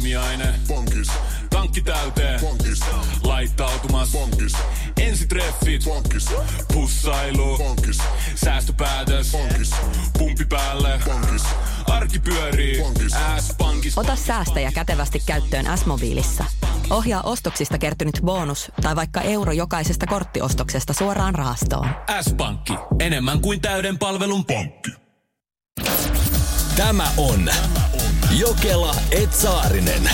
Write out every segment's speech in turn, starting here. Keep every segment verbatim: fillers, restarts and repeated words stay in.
Aamiaine. Bonkis. Tankki täyteen. Bonkis. Laittautumas. Bonkis. Ensitreffit. Bonkis. Pussailu. Bonkis. Säästöpäätös. Bonkis. Pumpi päälle. Bonkis. Arki pyörii. Bonkis. S-pankis. Ota säästäjä kätevästi käyttöön S-mobiilissa. Ohjaa ostoksista kertynyt bonus tai vaikka euro jokaisesta korttiostoksesta suoraan rahastoon. S-pankki. Enemmän kuin täyden palvelun pankki. Tämä on Jokela et Saarinen.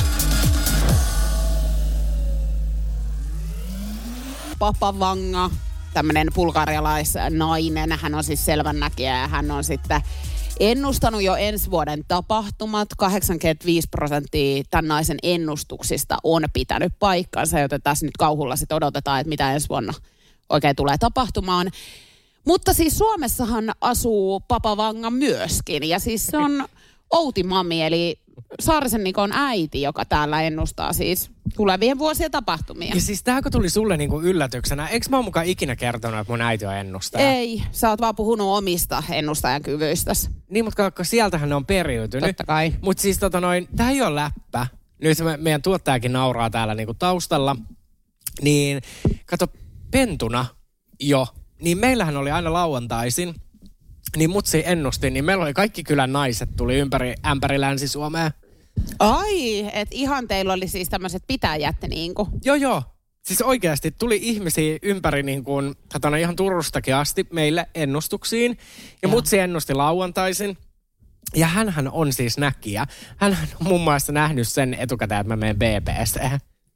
Papavanga, tämmöinen bulgarialaisnainen, hän on siis selvännäkijä ja hän on sitten ennustanut jo ensi vuoden tapahtumat. kahdeksankymmentäviisi prosenttia tämän naisen ennustuksista on pitänyt paikkansa, joten tässä nyt kauhulla sitten odotetaan, että mitä ensi vuonna oikein tulee tapahtumaan. Mutta siis Suomessahan asuu Papavanga myöskin ja siis se on Outi Mami eli Saarisen Nikon äiti, joka täällä ennustaa siis tulevien vuosien tapahtumia. Ja siis tämäkö tuli sulle niinku yllätyksenä? Eikö mä oon mukaan ikinä kertonut, että mun äiti on ennustaja? Ei, sä oot vaan puhunut omista ennustajan kyvyistäsi. Niin, mutta kakko, sieltähän ne on periytynyt. Totta kai. Mutta siis tota noin, tää ei ole läppä. Nyt me, meidän tuottajakin nauraa täällä niinku taustalla. Niin, kato, pentuna jo, niin meillähän oli aina lauantaisin, niin mutsi ennusti, niin meillä oli kaikki kylän naiset tuli ympäri ämpäri Länsi-Suomea. Ai, että ihan teillä oli siis tämmöiset pitäjät niinku. Joo, joo. Siis oikeasti tuli ihmisiä ympäri niin kuin, katsotaan ihan Turustakin asti meille ennustuksiin. Ja mutsi ennusti lauantaisin. Ja hänhän on siis näkijä. Hänhän on muun muassa nähnyt sen etukäteen, että mä menen B B C:hen.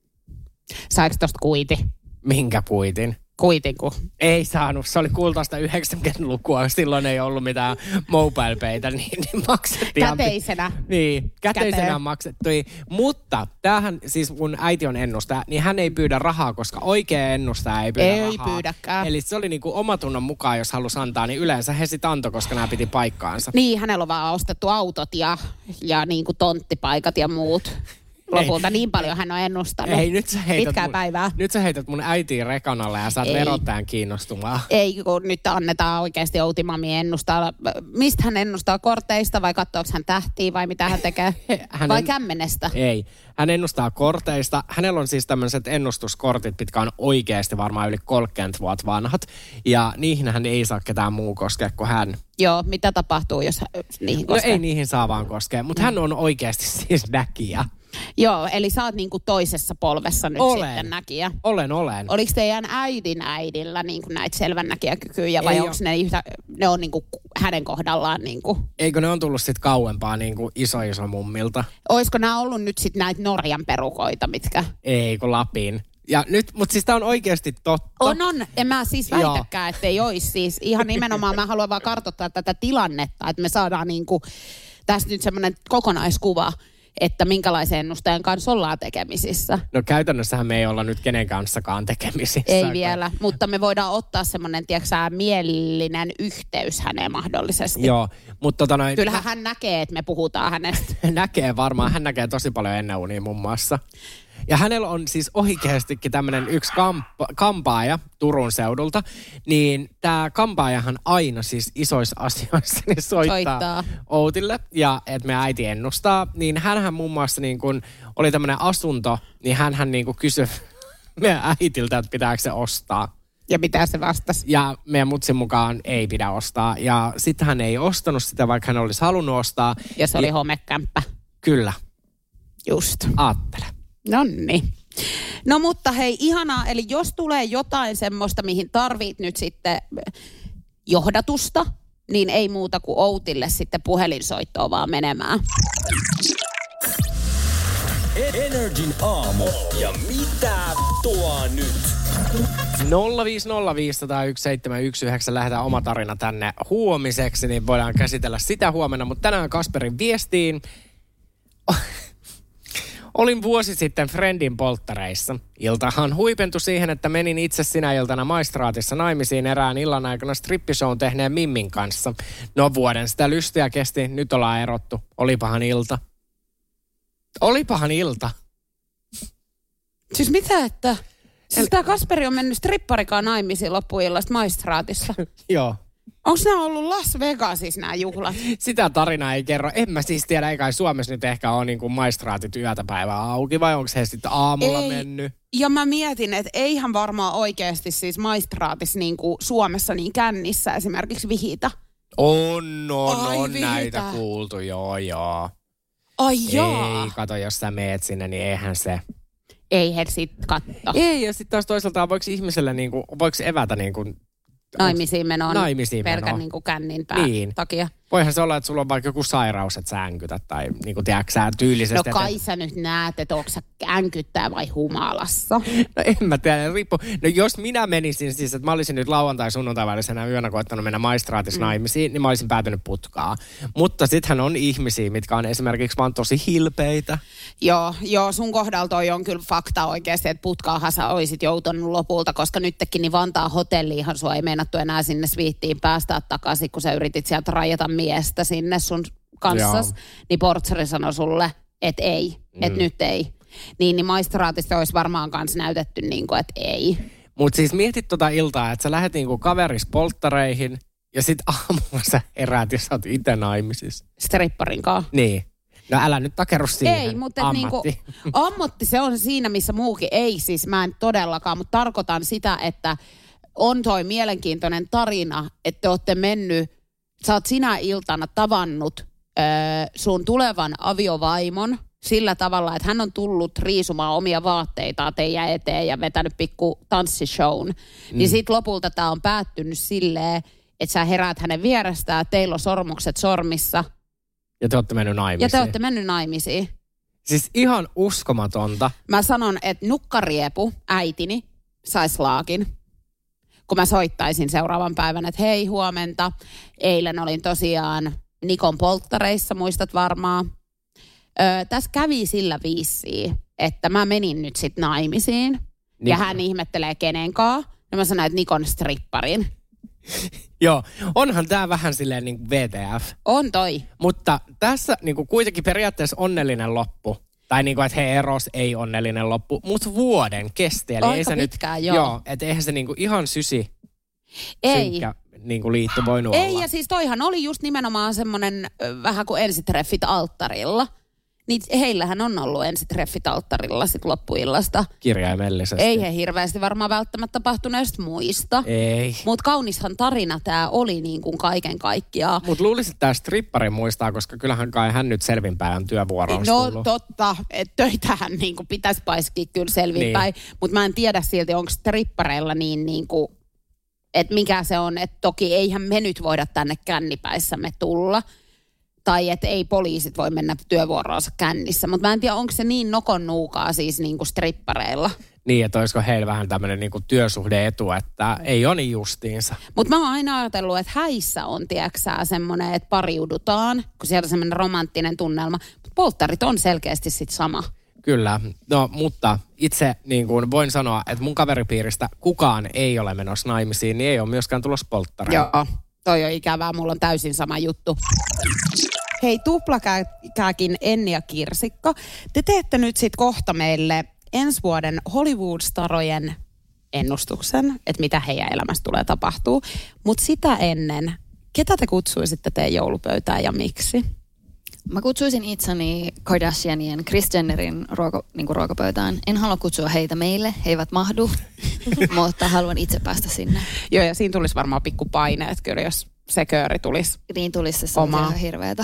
Saiko tosta kuiti? Minkä kuitin? Kuitinku. Ei saanut. Se oli kultaista yhdeksänkymmentälukua. Silloin ei ollut mitään mobile-peitä, niin, niin maksettiin. Käteisenä. Niin, käteisenä Käteen. maksettui. Mutta tämähän, siis kun äiti on ennustaja, niin hän ei pyydä rahaa, koska oikea ennustaja ei pyydä ei rahaa. pyydäkään. Eli se oli niinku omatunnon mukaan, jos halusi antaa, niin yleensä he sit antoi, koska nämä piti paikkaansa. Niin, hänellä on vaan ostettu autot ja, ja niinku tonttipaikat ja muut. Lopulta ei. Niin paljon hän on ennustanut. Ei, nyt sä heität Pitkää mun, päivää. Nyt sä heität mun äitiin rekanalle ja saat verottajan kiinnostumaan. Ei, kun nyt annetaan oikeasti Outi Mami ennustaa. Mistä hän ennustaa? Korteista vai katsoako hän tähtiä vai mitä hän tekee? Hän vai en... kämmenestä? Ei. Hän ennustaa korteista. Hänellä on siis tämmöiset ennustuskortit, mitkä on oikeasti varmaan yli kolmekymmentä vuotta vanhat. Ja niihin hän ei saa ketään muu koskea kuin hän. Joo, mitä tapahtuu, jos niihin koskee? No ei niihin saa vaan koskea, mutta hän on oikeasti siis näkijä. Joo, eli sä oot niinku toisessa polvessa nyt olen. sitten näkijä. Olen, olen. Oliko teidän äidin äidillä niinku näitä selvännäkijäkykyjä vai onko ne, yhtä, ne on niinku hänen kohdallaan niinku? Eikö ne on tullut sitten kauempaa niinku iso iso mummilta? Olisiko nämä ollut nyt sitten näitä Norjan perukoita, mitkä? Ei, kun Lapin. Ja nyt, mutta siis tää on oikeasti totta. On, on. En mä siis väitäkään, että ei olisi. Siis ihan nimenomaan mä haluan vaan kartoittaa tätä tilannetta, että me saadaan niinku tästä nyt semmoinen kokonaiskuva, että minkälaisen ennustajan kanssa ollaan tekemisissä. No käytännössähän me ei olla nyt kenen kanssakaan tekemisissä. Ei vielä, mutta me voidaan ottaa semmoinen, tiedätkö mielellinen yhteys häneen mahdollisesti. Joo, mutta tota noin... Kyllähän hän näkee, että me puhutaan hänestä. Näkee varmaan, hän näkee tosi paljon ennen unia muun muassa. Ja hänellä on siis oikeastikin tämmöinen yksi kampa- kampaaja Turun seudulta, niin tämä kampaajahan aina siis isoissa asioissa niin soittaa, soittaa Outille, ja että me äiti ennustaa, niin hänhän muun muassa niin kun oli tämmöinen asunto, niin hänhän niin kuin kysyi meidän äitiltä, että pitääkö se ostaa. Ja mitä se vastasi? Ja meidän mutsin mukaan ei pidä ostaa, ja sitten hän ei ostanut sitä, vaikka hän olisi halunnut ostaa. Ja se oli ja, homekämppä. Kyllä. Just. Aattele. Noniin. No mutta hei, ihanaa. Eli jos tulee jotain semmoista, mihin tarvit nyt sitten johdatusta, niin ei muuta kuin Outille sitten puhelinsoittoa vaan menemään. Energin aamu. Ja mitä tuo nyt? nolla viisi nolla viisi nolla yksi seitsemän yksi yhdeksän lähdetään oma tarina tänne huomiseksi, niin voidaan käsitellä sitä huomenna. Mutta tänään Kasperin viestiin. Olin vuosi sitten Friendin polttareissa. Iltahan huipentui siihen, että menin itse sinä iltana maistraatissa naimisiin erään illan aikana strippishown tehneen Mimmin kanssa. No vuoden sitä lystiä kesti, nyt ollaan erottu. Olipahan ilta. Olipahan ilta. Siis mitä, että... Siis tää Kasperi on mennyt stripparikaan naimisiin loppuillasta maistraatissa. Joo. Onko nämä ollut Las Vegasissa nämä juhlat? Sitä tarinaa ei kerro. En mä siis tiedä, eikä Suomessa nyt ehkä ole niin kuin maistraatit yötä päivää auki, vai onko he sitten aamulla ei. mennyt? Ja mä mietin, että eihän varmaan oikeasti siis maistraatis niin kuin Suomessa niin kännissä esimerkiksi vihitä. On, on, Ai, on vihitä. näitä kuultu, joo, joo. Ai jaa. Ei, kato, jos sä meet sinne, niin eihän se. Ei he sit katto. Ei, ja sitten taas toisaalta voiko ihmiselle, niin kuin, voiko evätä niin kuin, Naimisiin menoon. Naimisiin pelkän menoon. niin kuin kännin pää Niin. takia. Voihan se olla, että sulla on vaikka joku sairaus, että sä änkytät tai niin kuin tiedätkö sä tyylisesti. No kai sä nyt näet, että onko sä änkyttää vai humalassa. No en mä tiedä, riippuu. No jos minä menisin siis, että mä olisin nyt lauantai sunnuntai välisenä yönä koettanut mennä maistraatis naimisiin, mm. niin mä olisin päätynyt putkaa. Mutta sittenhän on ihmisiä, mitkä on esimerkiksi vaan tosi hilpeitä. Joo, joo, sun kohdalla toi on kyllä fakta oikeasti, että putkaahan sä oisit joutunut lopulta, koska nytkin niin Vantaan hotelliinhan sua ei meinattu enää sinne sviittiin päästää takaisin, kun sä yritit sieltä rajata miestä sinne sun kanssas, Joo. niin portsari sanoi sulle, että ei, mm. että nyt ei. Niin, niin maistraatista olisi varmaan kanssa näytetty niin kuin, että ei. Mutta siis mietit tota iltaa, että sä lähdet niinku kaveris polttareihin ja sit aamulla sä heräät ja sä oot itse naimisissa. Stripparin kanssa. Niin. No älä nyt takerru siihen. Ei, mutta ammatti. Niinku, ammatti se on siinä, missä muukin. Ei siis, mä en todellakaan, mutta tarkoitan sitä, että on toi mielenkiintoinen tarina, että te ootte mennyt, sä oot sinä iltana tavannut ö, sun tulevan aviovaimon sillä tavalla, että hän on tullut riisumaan omia vaatteitaan teidän eteen ja vetänyt pikku tanssishown. Mm. Niin sit lopulta tää on päättynyt silleen, että sä heräät hänen vierestään, teillä on sormukset sormissa. Ja te ootte mennyt naimisiin. Ja te ootte mennyt naimisiin. Siis ihan uskomatonta. Mä sanon, että nukkariepu, äitini, sais laakin. Kun mä soittaisin seuraavan päivän, että hei, huomenta. Eilen olin tosiaan Nikon polttareissa, muistat varmaan. Öö, tässä kävi sillä viisiin, että mä menin nyt sit naimisiin. Niin. Ja hän ihmettelee kenenkaan. Ja mä sanoin, että Nikon stripparin. Joo, onhan tää vähän silleen niin kuin V T F. On toi. Mutta tässä niin kuin kuitenkin periaatteessa onnellinen loppu. Tai niin kuin, että he eros, ei onnellinen loppu. Mutta vuoden kesti. Eli aika ei se pitkään, nyt, joo. joo. Että eihän se niin kuin ihan sysi Ei. synkkä niin kuin liitto voinut Ei, olla. ja siis toihan oli just nimenomaan semmoinen ö, vähän kuin ensitreffit alttarilla. Niin heillähän on ollut ensitreffit alttarilla sit loppuillasta. Kirjaimellisesti. Ei he hirveästi varmaan välttämättä tapahtuneesta muista. Ei. Mutta kaunishan tarina tämä oli niin kuin kaiken kaikkiaan. Mutta luulisin, että tämä strippari muistaa, koska kyllähän kai hän nyt selvinpäivän työvuoroon No tullut. totta, että töitähän niin kuin pitäisi paiskiä kyllä selvinpäin. Niin. Mutta mä en tiedä silti, onko strippareilla niin, niin kuin, että mikä se on. Että toki eihän me nyt voida tänne kännipäissämme tulla. Tai että ei poliisit voi mennä työvuoroonsa kännissä. Mutta mä en tiedä, onko se niin nokon nuukaa siis niin kuin strippareilla. Niin, että olisiko heillä vähän tämmöinen niinku työsuhde-etu, että ei ole niin justiinsa. Mutta mä oon aina ajatellut, että häissä on, tiedäksää, semmoinen, että pariudutaan, kun siellä on semmoinen romanttinen tunnelma. Mutta polttarit on selkeästi sitten sama. Kyllä, no mutta itse niin kuin voin sanoa, että mun kaveripiiristä kukaan ei ole menossa naimisiin, niin ei ole myöskään tulossa polttareja. Joo, toi on ikävää, mulla on täysin sama juttu. Hei, tuplakääkin Enni ja Kirsikka, te teette nyt sit kohta meille ensi vuoden Hollywood-starojen ennustuksen, että mitä heidän elämässä tulee tapahtuu. Mutta sitä ennen, ketä te kutsuisitte teidän joulupöytään ja miksi? Mä kutsuisin itseni Kardashianien, Kris Jennerin ruoka, niin kuin ruokapöytään. En halua kutsua heitä meille, he eivät mahdu, mutta haluan itse päästä sinne. Joo, ja siinä tulisi varmaan pikku paineet kyllä, jos se kööri tulisi. Niin tulisi se Omaa. ihan hirveetä.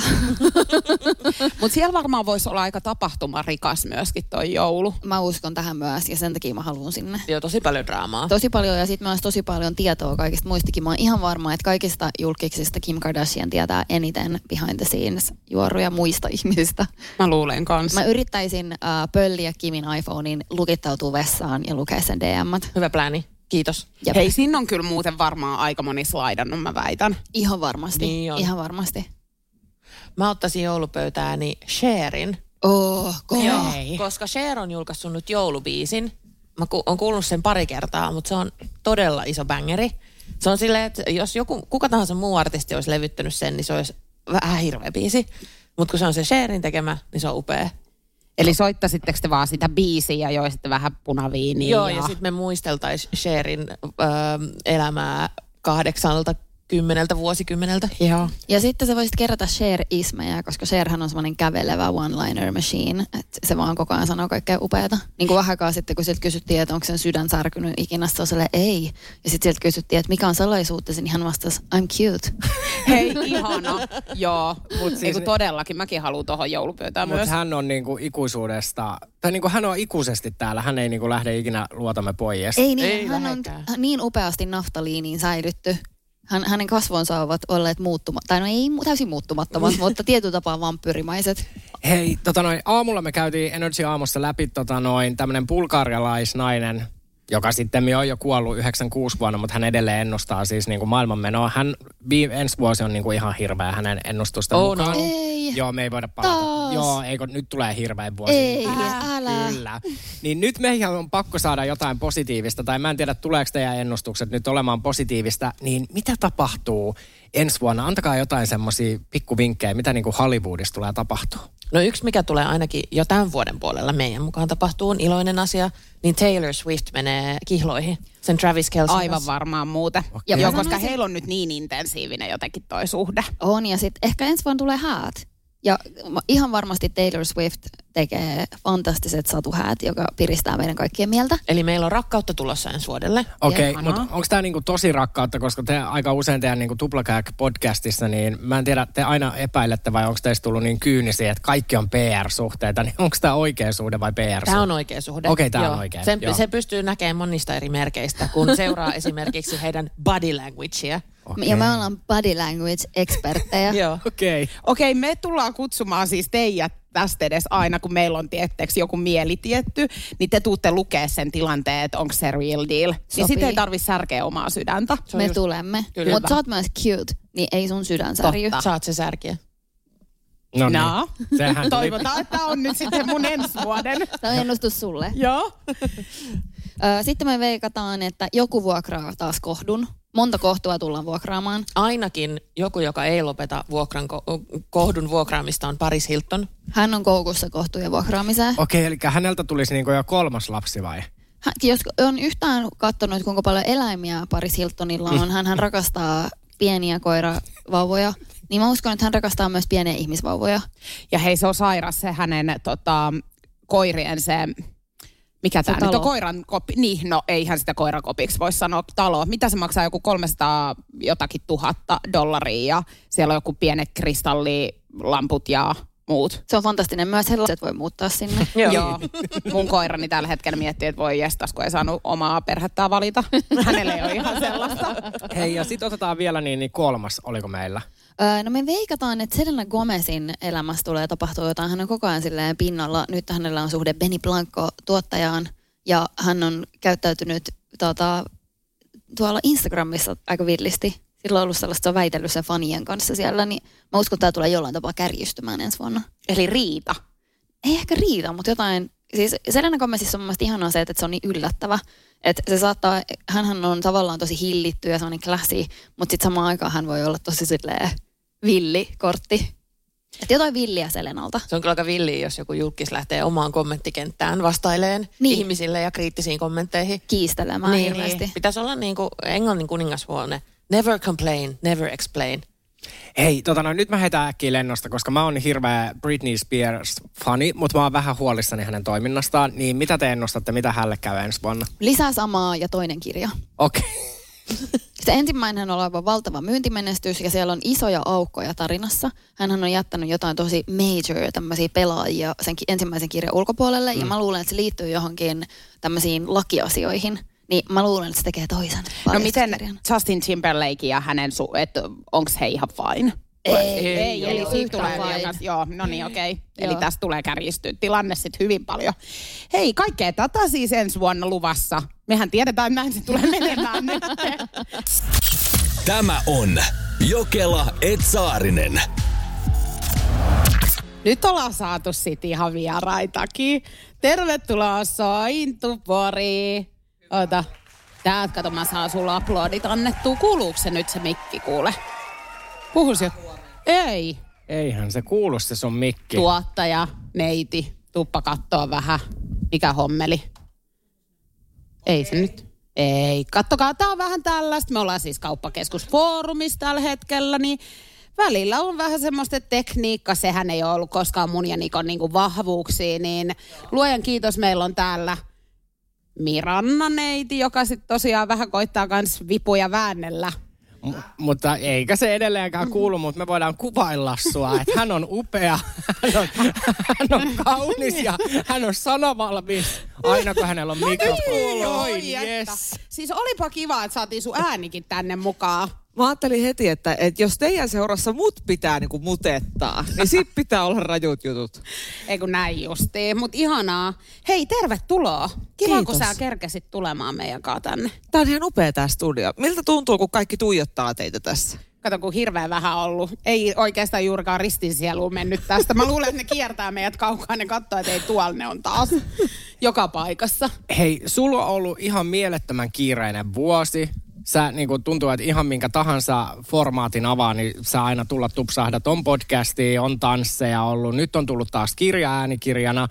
Mutta siellä varmaan voisi olla aika tapahtumarikas myöskin toi joulu. Mä uskon tähän myös ja sen takia mä haluan sinne. Joo, tosi paljon draamaa. Tosi paljon ja sitten myös tosi paljon tietoa kaikista muistakin. Mä oon ihan varma, että kaikista julkiksista Kim Kardashian tietää eniten behind the scenes juoruja muista ihmisistä. Mä luulen kanssa. Mä yrittäisin äh, pölliä Kimin iPhonein, lukittautua vessaan ja lukea sen D M:t. Hyvä plääni. Kiitos. Jep. Hei, siinä on kyllä muuten varmaan aika moni slaidannut, mä väitän. Ihan varmasti. Niin on. Ihan varmasti. Mä ottaisin joulupöytääni Sherin. Oh, Joo, koska Cher on julkaissut nyt joulubiisin. Mä ku, on kuullut sen pari kertaa, mutta se on todella iso bängeri. Se on silleen, että jos joku, kuka tahansa muu artisti olisi levyttänyt sen, niin se olisi vähän hirveä biisi. Mutta kun se on se Sherin tekemä, niin se on upea. Eli soittaisitteko te vaan sitä biisiä ja joisitte vähän punaviiniä? Joo, ja, ja sitten me muisteltaisiin Sherin ö, elämää kahdeksalta kymmeneltä vuosikymmeneltä. Joo. Ja sitten sä voisit kerätä share-ismejä, koska sharehän on semmoinen kävelevä one-liner machine, että se vaan koko ajan sanoo kaikkea upeata. Niin kuin vähän aikaa sitten, kun sieltä kysyttiin, että onko sen sydän särkynyt ikinä, se on sellainen, ei. Ja sitten sieltä kysyttiin, että mikä on salaisuutesi, niin hän vastasi, I'm cute. Hei, ihana. Joo, mutta siis siis ni- todellakin mäkin haluan tuohon joulupöytään Mutta myös. hän on niinku ikuisuudesta, tai niinku hän on ikuisesti täällä. Hän ei niinku lähde ikinä luotamme pois. Ei niin, Ei hän on lähekään. niin upeasti naftaliiniin säilytty. Hän, hänen kasvonsa ovat olleet muuttumat, tai no ei mu- täysin muuttumattomat, mutta tietyllä tapaa vampyyrimaiset. Hei, tota noin, aamulla me käytiin Energy aamussa läpi tota noin, tämmönen bulgarialaisnainen, joka sitten on jo kuollut yhdeksänkymmentäkuusi vuonna, mutta hän edelleen ennustaa siis niinku maailmanmenoa. Hän viime, ensi vuosi on niinku ihan hirveä hänen ennustusten Oh, mukaan. no. Ei. Joo, me ei voida palata. Taas. Joo, eikö nyt tulee hirveä vuosi. Ei, älä. Kyllä. Niin nyt meidän on pakko saada jotain positiivista, tai mä en tiedä, tuleeko teidän ennustukset nyt olemaan positiivista, niin mitä tapahtuu ensi vuonna? Antakaa jotain semmoisia pikkuvinkkejä, mitä niinku Hollywoodissa tulee tapahtua. No yksi, mikä tulee ainakin jo tämän vuoden puolella meidän mukaan tapahtuu, on iloinen asia, niin Taylor Swift menee kihloihin sen Travis Kelceyn Aivan kanssa. varmaan muuten. Okei. Ja mä Joo, koska sanoisin- heillä on nyt niin intensiivinen jotenkin toi suhde. On, ja sitten ehkä ensi vuonna tulee häät. Ja ihan varmasti Taylor Swift tekee fantastiset satuhäät, joka piristää meidän kaikkien mieltä. Eli meillä on rakkautta tulossa ensi vuodelle. Okei, okay, Ihanaa. mutta onko tämä niinku tosi rakkautta, koska te aika usein teidän niinku Tuplakääk-podcastissa, niin mä en tiedä, te aina epäilette vai onko teistä tullut niin kyynisiä, että kaikki on P R-suhteita, niin onko tämä oikea suhde vai P R-suhde? Tämä on oikea suhde. Okei, tää on Joo. oikea, Sen, joo. se pystyy näkemään monista eri merkeistä, kun seuraa esimerkiksi heidän body languagea. Okei. Ja me ollaan body language-eksperttejä. Joo. Okei. Okay. Okei, me tullaan kutsumaan siis teidät tästä edes aina, kun meillä on tietteeksi joku mieli tietty, niin te tuutte lukea sen tilanteen, että onko se real deal. Niin Sopii. sitten ei tarvitse särkeä omaa sydäntä. Se on Me just- tulemme. Kyllä. Mutta sä oot myös cute, niin ei sun sydän särjy. Totta. Saat se särkiä. No niin. No. Sehän tuli. Toivotaan, että tämä on nyt sitten mun ensi vuoden. Tämä on ennustus sulle. Joo. Ö, Sitten me veikataan, että joku vuokraa taas kohdun. Monta kohtua tullaan vuokraamaan. Ainakin joku, joka ei lopeta vuokran ko- kohdun vuokraamista, on Paris Hilton. Hän on koukussa kohtujen vuokraamiseen. Okei, okay, eli häneltä tulisi niinku jo kolmas lapsi vai? Hän, jos on yhtään katsonut, kuinka paljon eläimiä Paris Hiltonilla on, hän, hän rakastaa pieniä koiravauvoja, niin mä uskon, että hän rakastaa myös pieniä ihmisvauvoja. Ja hei, se on sairas se hänen tota, koirien se, mikä tämä nyt talo. on, koiran kopi. Niin, no eihän sitä koirakopiksi voi sanoa talo. Mitä se maksaa, joku kolmesataa jotakin tuhatta dollaria ja siellä on joku pienet kristallilamput ja muut. Se on fantastinen. Myös he lapset voi muuttaa sinne. Joo. Joo. Mun koirani tällä hetkellä miettii, että voi jestas, kun ei saanut omaa perhettään valita. Hänelle ei ole ihan sellaista. Hei, ja sitten otetaan vielä niin, niin kolmas, oliko meillä? Öö, no me veikataan, että Selena Gomezin elämässä tulee tapahtua jotain. Hän on koko ajan silleen pinnalla. Nyt hänellä on suhde Benny Blanco tuottajaan. Ja hän on käyttäytynyt tota, tuolla Instagramissa aika villisti. Sillä on ollut sellaista, se on väitellyt sen fanien kanssa siellä. Niin mä uskon, että tämä tulee jollain tapaa kärjistymään ensi vuonna. Eli riita. Ei ehkä riitä, mutta jotain. Siis Selena Gomezissa on mun mielestä ihanaa se, että se on niin yllättävä. Että se saattaa, hänhän on tavallaan tosi hillitty ja semmoinen classy, mutta sitten samaan aikaan hän voi olla tosi silleen villikortti. Että jotain villiä Selenalta. Se on kyllä aika villiä, jos joku julkis lähtee omaan kommenttikenttään vastaileen Niin. ihmisille ja kriittisiin kommentteihin. Kiistelemään Niin, hirveästi. niin. Pitäisi olla niin kuin Englannin kuningashuone. Never complain, never explain. Hei, tota no, nyt mä heitän äkkiä lennosta, koska mä oon hirveä Britney Spears-fani, mutta mä oon vähän huolissani hänen toiminnastaan. Niin mitä te ennustatte, mitä hänelle käy ensi vuonna? Lisää samaa ja toinen kirja. Okei. Se ensimmäinen on oleva valtava myyntimenestys ja siellä on isoja aukkoja tarinassa. Hänhän on jättänyt jotain tosi major tämmöisiä pelaajia sen ki- ensimmäisen kirjan ulkopuolelle. Mm. Ja mä luulen, että se liittyy johonkin tämmöisiin lakiasioihin. Niin mä luulen, että se tekee toisen No miten paljastuskirjan. Justin Timberlake ja hänen, su- että onko he ihan fine? Ei, ei, ei, eli ei siitä yhtään tulee fine. jokas, joo, no niin okei. Okay. Eli Joo. tästä tulee kärjistyä tilanne sitten hyvin paljon. Hei, kaikkea tätä siis ensi vuonna luvassa. Mehän tiedetään, että näin se tulee menemään nyt. Tämä on Jokela et Saarinen. Nyt ollaan saatu sit ihan vieraitakin. Tervetuloa Sointuporiin. Ota. Täältä, kato, mä saan sulla aplodit annettua. Kuuluuko se nyt se mikki, kuule? Puhus jo. Ei. Eihän se kuulu se sun mikki. Tuottaja, neiti, tuppa kattoo vähän. Mikä hommeli? Ei se nyt. Ei, kattokaa, tää on vähän tällaista. Me ollaan siis kauppakeskusfoorumissa tällä hetkellä, niin välillä on vähän semmoista tekniikka. Sehän ei ole ollut koskaan mun ja Nikon niinku vahvuuksia, niin luojan kiitos, meillä on täällä Miranna-neiti, joka sitten tosiaan vähän koittaa kans vipuja väännellä. M- mutta eikä se edelleenkään kuulu, mutta me voidaan kuvailla sua, että hän on upea, hän on, hän on kaunis ja hän on sanavalmis aina kun hänellä on mikrofoni. Oi, yes. Siis olipa kiva, että saatiin sun äänikin tänne mukaan. Mä ajattelin heti, että, että jos teidän seurassa mut pitää niinku mutettaa, niin sit pitää olla rajut jutut. Ei kun näin justiin, mut ihanaa. Hei, tervetuloa. Kiva, Kiitos. kun sä kerkesit tulemaan meidän kanssa tänne. Tää on ihan upea tää studio. Miltä tuntuu, kun kaikki tuijottaa teitä tässä? Kato, kun hirveän vähän ollut. Ei oikeastaan juurikaan ristinsieluun mennyt tästä. Mä luulen, että ne kiertää meidät kaukaa. Ne katsoo, että ei tuolla ne on taas joka paikassa. Hei, sulla on ollut ihan mielettömän kiireinen vuosi. Sä niin kuin tuntuu, että ihan minkä tahansa formaatin avaa, niin sä aina tulla tupsahdat. On podcastia, on tansseja ollut. Nyt on tullut taas kirja äänikirjana.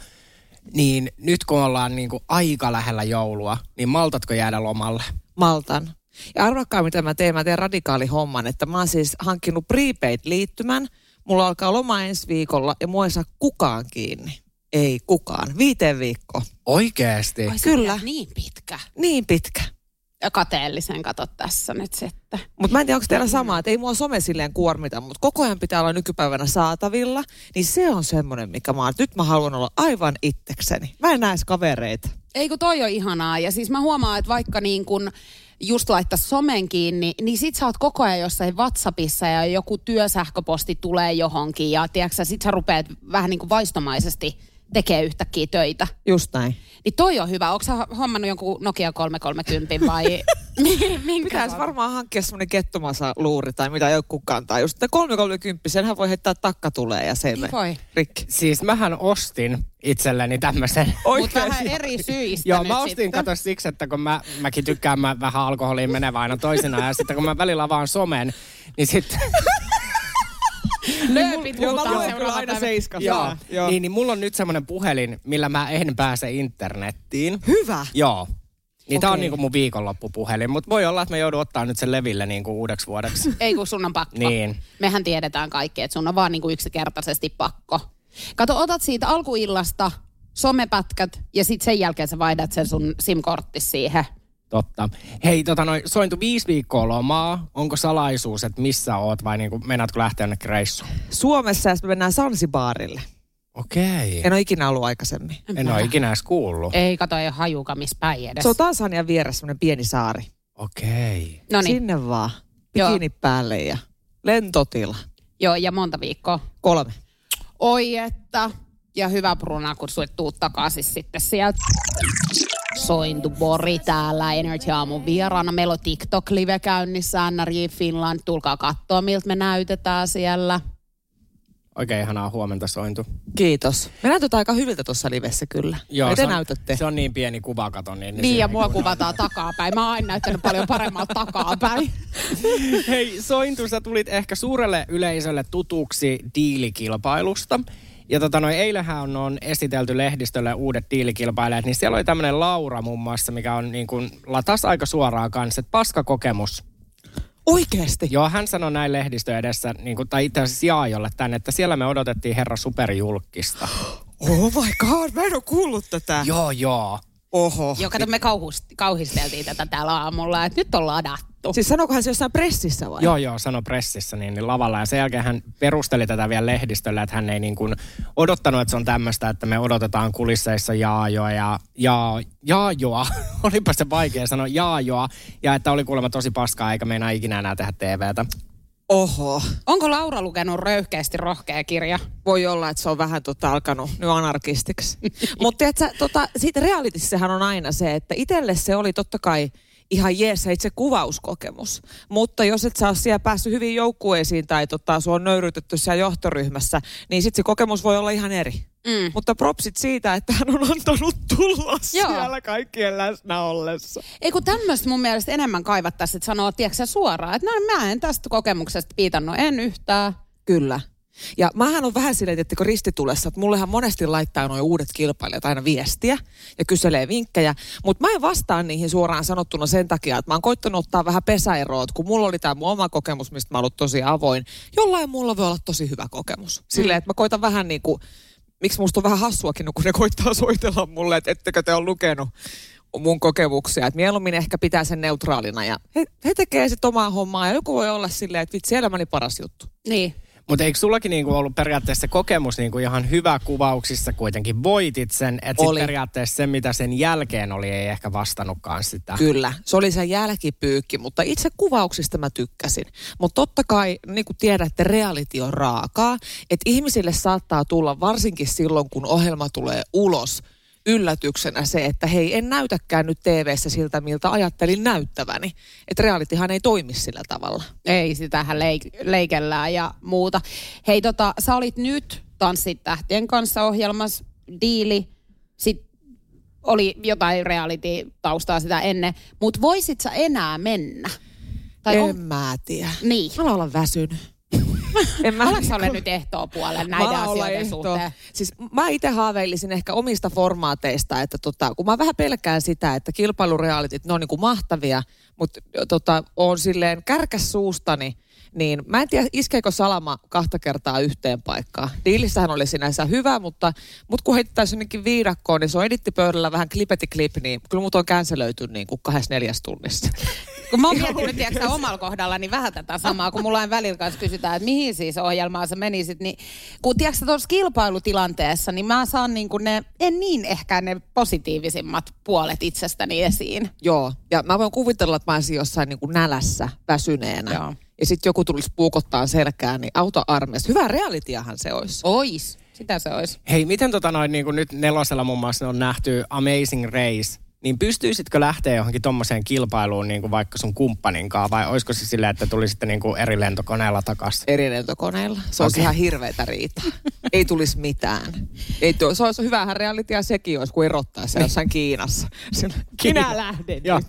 Niin nyt kun ollaan niin kuin aika lähellä joulua, niin maltatko jäädä lomalle? Maltan. Ja arvakkaa, mitä mä teen. Mä teen radikaali homman, että mä oon siis hankkinut prepaid-liittymän. Mulla alkaa loma ensi viikolla ja mua ei saa kukaan kiinni. Ei kukaan. Viiteen viikkoa. Oikeesti? Ai, Kyllä. Niin pitkä. Niin pitkä. Ja kateellisen kato tässä nyt sitten. Mutta mä en tiedä, onko teillä samaa, että ei mua some silleen kuormita, mutta koko ajan pitää olla nykypäivänä saatavilla. Niin se on semmoinen, mikä mä oon, nyt mä haluan olla aivan itsekseni. Mä en näe kavereita. Ei kun toi on ihanaa. Ja siis mä huomaan, että vaikka niin kun just laittaa somen kiinni, niin sit sä oot koko ajan jossain WhatsAppissa ja joku työsähköposti tulee johonkin. Ja tiedätkö, sit sä rupeat vähän niin kuin vaistomaisesti tekee yhtäkkiä töitä. Just näin. Niin toi on hyvä. Onko sä hommannut jonkun Nokia kolmesataakolmekymmentä vai minkä? Pitäisi varmaan hankkia semmoinen kettumasa luuri tai mitä joku kantaa. Just kolmesataakolmekymmentä, senhän voi heittää takka tulee ja se voi. rikki. Siis mähän ostin itselleni tämmöisen. Mutta vähän eri syistä. Joo, nyt mä ostin sitten. kato siksi, että kun mä, mäkin tykkään mä vähän alkoholiin menevä aina toisinaan. Ja sitten kun mä välillä avaan somen, niin sitten Lööpit Joo, mä huutaa luen kyllä seuraava aina päivä. seiskasta. Joo, Joo. Niin, niin mulla on nyt semmoinen puhelin, millä mä en pääse internettiin. Hyvä. Joo. Niin tää on Okei. niinku mun viikonloppupuhelin, mutta voi olla, että mä joudun ottaa nyt sen leville niinku uudeksi vuodeksi. Ei kun sun on pakko. Niin. Mehän tiedetään kaikki, että sun on vaan niinku yksinkertaisesti pakko. Kato, otat siitä alkuillasta somepätkät ja sitten sen jälkeen sä vaihdat sen sun SIM-kortti siihen. Totta. Hei, tota noin, sointu viisi viikkoa lomaa. Onko salaisuus, että missä oot vai niinku, meinaatko lähteä jonnekin reissuun? Suomessa ja sitten me mennään Sansibaarille. Okei. En ole ikinä ollut aikaisemmin. En ole ikinä edes kuullut. Ei, kato, ei ole hajuka missä päin edes. Se on Tansanian vieressä semmoinen pieni saari. Okei. No niin, Sinne vaan. Joo. Bikini päälle ja lentotila. joo, ja monta viikkoa. Kolme. Oi että, ja hyvä Bruna, kun sulle tuut takaisin sitten sieltä. Sointu Bori täällä Energy Aamun vieraana. Meillä on TikTok-live käynnissä, N R J Finland. Tulkaa katsoa, miltä me näytetään siellä. Oikein ihanaa huomenta, Sointu. Kiitos. Me näytetään aika hyviltä tuossa livessä kyllä. Joo, Miten se on, näytätte? Se on niin pieni kuva, kato. Niin, Niin, ja siihen mua kun- kuvataan takapäin. Mä oon aina näyttänyt paljon paremmalta takapäin. Hei, Sointu, sä tulit ehkä suurelle yleisölle tutuksi diilikilpailusta. Ja tota noin, eilähän on, on esitelty lehdistölle uudet diilikilpailijat, niin siellä oli tämmöinen Laura muun muassa, mikä on niin kuin latas aika suoraan kanssa, että paskakokemus. Oikeesti? Joo, hän sanoi näin lehdistö edessä, niin kuin, tai itse asiassa Jaajolle tänne, että siellä me odotettiin herra superjulkista. Oh my god, mä en ole kuullut tätä. Joo, joo. Oho. Joo, kato, me kauhust- kauhisteltiin tätä täällä aamulla, että nyt on ladattu. Siis sanokohan se jossain pressissä vai? Joo, joo, sanoi pressissä niin, niin lavalla. Ja sen jälkeen hän perusteli tätä vielä lehdistölle, että hän ei niin kuin odottanut, että se on tämmöistä, että me odotetaan kulisseissa jaajoa ja jaa, jaajoa. Olipa se vaikea sanoa jaajoa. Ja että oli kuulemma tosi paskaa, eikä meinaa ikinä enää tehdä T V:tä. Oho. Onko Laura lukenut röyhkeästi rohkea kirja? Voi olla, että se on vähän tota, alkanut nyt anarkistiksi. Mutta tiedätkö, tota, siitä realitissahan on aina se, että itselle se oli totta kai ihan jees itse kuvauskokemus. Mutta jos et sä ole siellä päässyt hyvin joukkueisiin tai tota, sua on nöyrytetty siellä johtoryhmässä, niin sitten se kokemus voi olla ihan eri. Mm. Mutta propsit siitä, että hän on antanut tulla Joo. siellä kaikkien läsnä ollessa. Ei kun tämmöistä mun mielestä enemmän kaivattaisiin, että sanoo, tiedätkö sä suoraan, että no mä en tästä kokemuksesta piitannut, en yhtään. Kyllä. Ja mähän on vähän silleen, että ristitulessa, että mullehan monesti laittaa nuo uudet kilpailijat aina viestiä ja kyselee vinkkejä, mutta mä en vastaa niihin suoraan sanottuna sen takia, että mä oon koittanut ottaa vähän pesäeroa, kun mulla oli tämä mun oma kokemus, mistä mä oon ollut tosi avoin. Jollain mulla voi olla tosi hyvä kokemus. Silleen, että mä koitan vähän niin kuin, miksi musta on vähän hassuakin, kun ne koittaa soitella mulle, että ettekö te ole lukenut mun kokemuksia, että mieluummin ehkä pitää sen neutraalina ja he, he tekee sitten omaa hommaa ja joku voi olla silleen, että vitsi, elämäni paras juttu. Niin. Mutta eikö sullakin niinku ollut periaatteessa kokemus niinku ihan hyvä kuvauksissa, kuitenkin voitit sen, että sitten periaatteessa se, mitä sen jälkeen oli, ei ehkä vastannutkaan sitä. Kyllä, se oli se jälkipyykki, mutta itse kuvauksista mä tykkäsin. Mutta totta kai, niin kuin tiedätte, reality on raakaa, että ihmisille saattaa tulla varsinkin silloin, kun ohjelma tulee ulos, yllätyksenä se, että hei, en näytäkään nyt T V:ssä siltä, miltä ajattelin näyttäväni. Että realityhan ei toimi sillä tavalla. Ei, sitähän leik- leikellään ja muuta. Hei, tota, sä olit nyt Tanssit tähtien kanssa -ohjelmassa, diili, sit oli jotain reality-taustaa sitä ennen, mutta voisit sä enää mennä? Tai en on... mä tiedä. Niin. Mä olen väsynyt. En mä Oletko olen nyt ehtoo puolella näiden asioiden suhteen? Siis mä itse haaveilisin ehkä omista formaateista, että tota, kun mä vähän pelkään sitä, että kilpailurealitit, ne on niinku mahtavia, mutta tota, on silleen kärkäs suustani, niin mä en tiedä, iskeekö salama kahta kertaa yhteen paikkaan. Diilissähän oli sinänsä hyvä, mutta mut kun heittäisiin jonnekin viidakkoon, niin se on edittipöydällä vähän klipeti klip, niin kyllä mut on känselöity niin kuin kahdessa neljäs tunnissa. Kun mä oon miettinyt, tiedätkö omalla kohdallani vähän tätä samaa, kun mulla aina välillä kanssa kysytään, että mihin siis ohjelmaan sä menisit, niin kun tiedätkö tuossa kilpailutilanteessa, niin mä saan niin kuin ne, en niin ehkä ne positiivisimmat puolet itsestäni esiin. Joo, ja mä voin kuvitella, että mä olisin jossain niin kuin nälässä, väsyneenä. Joo. Ja sitten joku tulisi puukottaa selkään, niin auto armeijassa. Hyvä realitiahan se olisi. Ois. Sitä se olisi. Hei, miten tota noin, niin kuin nyt nelosella muun muassa on nähty Amazing Race, niin pystyisitkö lähteä johonkin tommoseen kilpailuun niin kuin vaikka sun kumppaninkaan, vai olisiko se silleen, että tulisitte niin kuin eri lentokoneella takaisin? Eri lentokoneella. Se olisi okay. Ihan hirveätä riitaa. Ei tulisi mitään. Ei tuo, se olisi hyvähän realitya sekin olisi, kun erottaa se jossain Kiinassa. Minä lähden nyt.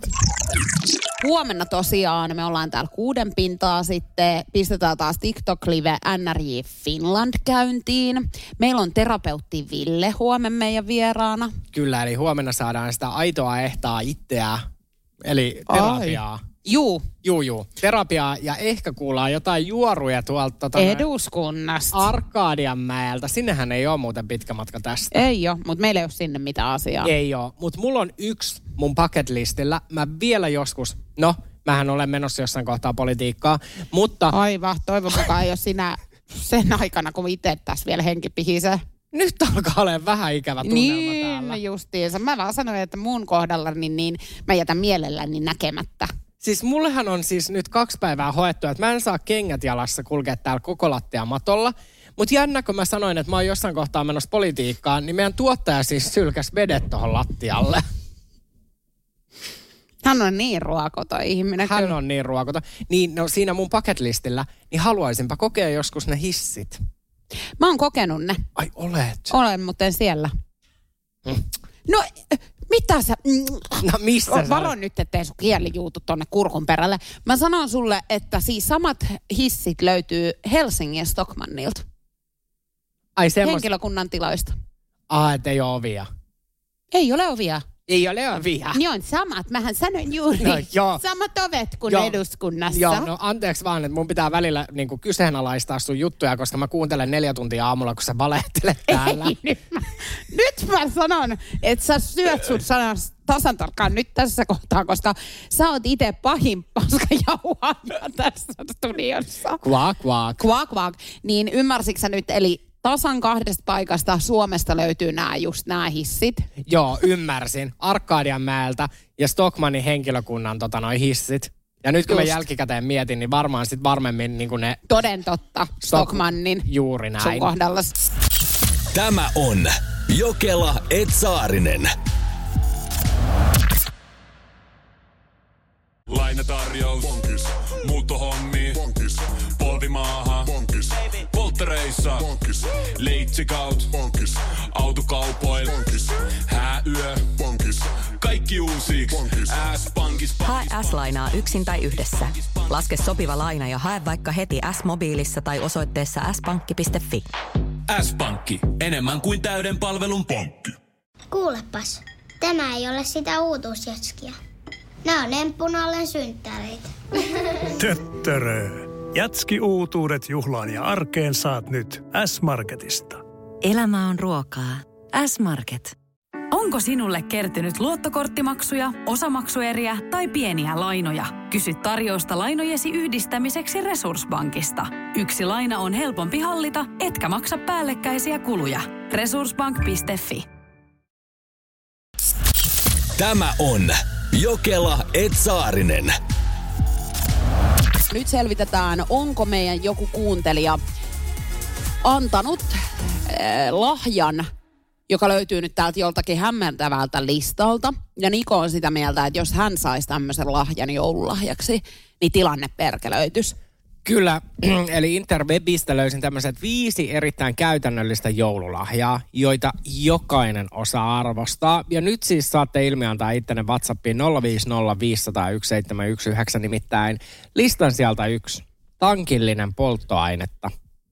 Huomenna tosiaan me ollaan täällä kuuden pintaa sitten. Pistetään taas TikTok-live N R J Finland käyntiin. Meillä on terapeutti Ville huomenna meidän vieraana. Kyllä, eli huomenna saadaan sitä aitoa ehtaa itseä, eli terapiaa. Ai. Juu. Juu, juu. Terapiaa ja ehkä kuullaan jotain juoruja tuolta tota, eduskunnasta. Arkadianmäeltä. Sinnehän ei ole muuten pitkä matka tästä. Ei ole, mutta meillä ei ole sinne mitään asiaa. Ei ole, mutta mulla on yksi mun bucket listillä. Mä vielä joskus, no, mähän olen menossa jossain kohtaa politiikkaa, mutta... Aivan, toivon mukaan ei ole sinä sen aikana, kun itse tässä vielä henki pihisee. Nyt alkaa olemaan vähän ikävä tunnelma niin, täällä. Niin, justiinsa. Mä vaan sanoin, että mun kohdallani niin, niin mä jätän mielelläni näkemättä. Siis mullehan on siis nyt kaksi päivää hoettu, että mä en saa kengät jalassa kulkea täällä koko lattia matolla. Mutta jännä, kun mä sanoin, että mä oon jossain kohtaa menossa politiikkaan, niin meidän tuottaja siis sylkäs vedet tohon lattialle. Hän on niin ruokota ihminen. Hän kyllä. on niin ruokota. Niin no siinä mun bucketlistillä, niin haluaisinpa kokea joskus ne hissit. Mä oon kokenut ne. Ai olet? Olen, mutta en siellä. Hmm. No, mitä sä... No missä sä Varo nyt, ettei sun kieli juutu tonne kurkun perälle. Mä sanon sulle, että siis samat hissit löytyy Helsingin ja Stockmannilta. Ai semmos... Henkilökunnan tiloista. Ah, ettei ole ovia. Ei ole ovia. Ei ole ovia. Ne on samat. Mähän sanoin juuri. No, joo. Samat ovet kuin joo. eduskunnassa. Joo, no anteeksi vaan, että mun pitää välillä niin kuin kyseenalaistaa sun juttuja, koska mä kuuntelen neljä tuntia aamulla, kun sä valehtelet täällä. Ei, nyt, mä, nyt mä sanon, että sä syöt sun sanas tasan tarkkaan nyt tässä kohtaa, koska sä oot itse pahin paskajauhaaja tässä studiossa. Kvaa, kvaa. Kvaa, kvaa. Niin ymmärsitkö sä nyt, eli tasan kahdesta paikasta Suomesta löytyy nämä just nämä hissit? Joo, ymmärsin. Arkadianmäeltä ja Stockmannin henkilökunnan tota, noi hissit. Ja nyt kun just. Mä jälkikäteen mietin, niin varmaan sit varmemmin niin kuin ne... Toden totta, Stockmannin. Juuri näin. Sun kohdalla. Tämä on Jokela et Saarinen. Lainatarjous. Bonkis. Muuttohommi. Bonkis. Polvimaaha. Bonkis. Polttereissa. Bonkis. Leitsikaut. Bonkis. Autokaupoil. Bonkis. Hääyö. Bonkis. Kaikki uusiiksi. S-pankis. Hae Hae S-lainaa yksin tai yhdessä. Laske sopiva laina ja hae vaikka heti S-mobiilissa tai osoitteessa s pankki piste fi. S-pankki, enemmän kuin täyden palvelun pankki. Kuulepas, tämä ei ole sitä uutuusjatskia. Nämä on emppunallen synttäreitä. Töttörö. Jatski-uutuudet juhlaan ja arkeen saat nyt S-Marketista. Elämä on ruokaa. S-Market. Onko sinulle kertynyt luottokorttimaksuja, osamaksueriä tai pieniä lainoja? Kysy tarjousta lainojesi yhdistämiseksi Resurssbankista. Yksi laina on helpompi hallita, etkä maksa päällekkäisiä kuluja. Resurssbank piste fi. Tämä on Jokela et Saarinen. Nyt selvitetään, onko meidän joku kuuntelija antanut äh, lahjan, joka löytyy nyt täältä joltakin hämmentävältä listalta. Ja Niko on sitä mieltä, että jos hän saisi tämmöisen lahjan joululahjaksi, niin tilanne perkelöitys. Kyllä, eli interwebistä löysin tämmöiset viisi erittäin käytännöllistä joululahjaa, joita jokainen osaa arvostaa. Ja nyt siis saatte ilmiantaa ittenne WhatsAppiin nolla viisi nolla viisi nolla yksi seitsemän yksi yhdeksän, nimittäin listan sieltä yksi. Tankillinen polttoainetta.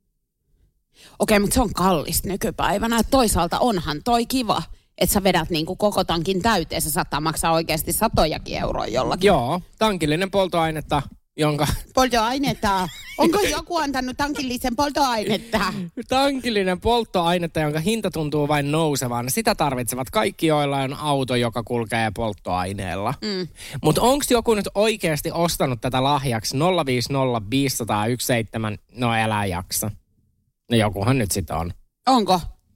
Okei, mutta se on kallista nykypäivänä. Toisaalta onhan toi kiva, että sä vedät niinku koko tankin täyteen. Se saattaa maksaa oikeasti satojakin euroa jollakin. Joo, tankillinen polttoainetta, jonka... Polttoainetta. Onko joku antanut tankillisen polttoainetta? Tankillinen polttoainetta, jonka hinta tuntuu vain nousevan. Sitä tarvitsevat kaikki, joilla on auto, joka kulkee polttoaineella. Mm. Mutta onko joku nyt oikeasti ostanut tätä lahjaksi nolla viisi nolla viisi nolla yksi seitsemän? No älä jaksa. No jokuhan nyt sitä on. Onko?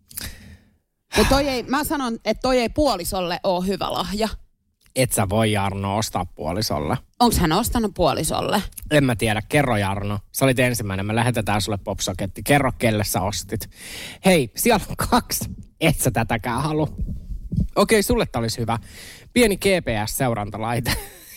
Mutta toi ei, mä sanon, että toi ei puolisolle ole hyvä lahja. Et sä voi, Jarno, ostaa puolisolle. Onko hän ostanut puolisolle? En mä tiedä. Kerro, Jarno. Sä olit ensimmäinen. Me lähetetään sulle popsoketti. Kerro, kelle sä ostit. Hei, siellä on kaksi. Et sä tätäkään halua. Okei, sulle tää olisi hyvä. Pieni G P S-seurantalaite.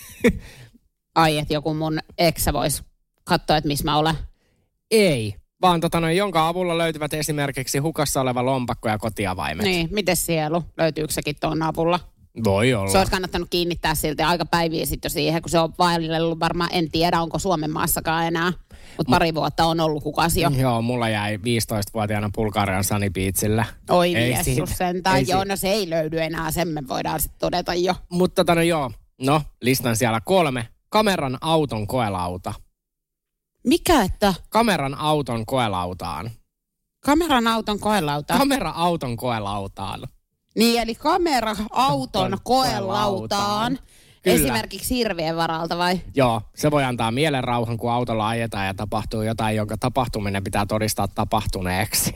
Ai, että joku mun eksä vois katsoa, että missä mä olen. Ei. Vaan tota noin, jonka avulla löytyvät esimerkiksi hukassa oleva lompakko ja kotiavaimet. Niin, miten sielu? Löytyykö sekin tuon avulla? Voi olla. Se olisi kannattanut kiinnittää siltä aika päiviä sitten siihen, kun se on vaillellut varmaan, en tiedä onko Suomen maassakaan enää, mutta pari vuotta on ollut hukasi jo. Joo, mulla jäi viisitoistavuotiaana Bulgarian Sunny Beachillä. Oi Jeesus sentään, joo, no se ei löydy enää, sen me voidaan sitten todeta jo. Mutta tota no joo, no listan siellä kolme. Kameran auton koelauta. Mikä että? Kameran auton koelautaan. Kameran auton koelautaan? Kamera-auton koelautaan. Niin, eli kamera-auton koelautaan. Esimerkiksi hirvien varalta vai? Joo, se voi antaa mielenrauhan, kun autolla ajetaan ja tapahtuu jotain, jonka tapahtuminen pitää todistaa tapahtuneeksi.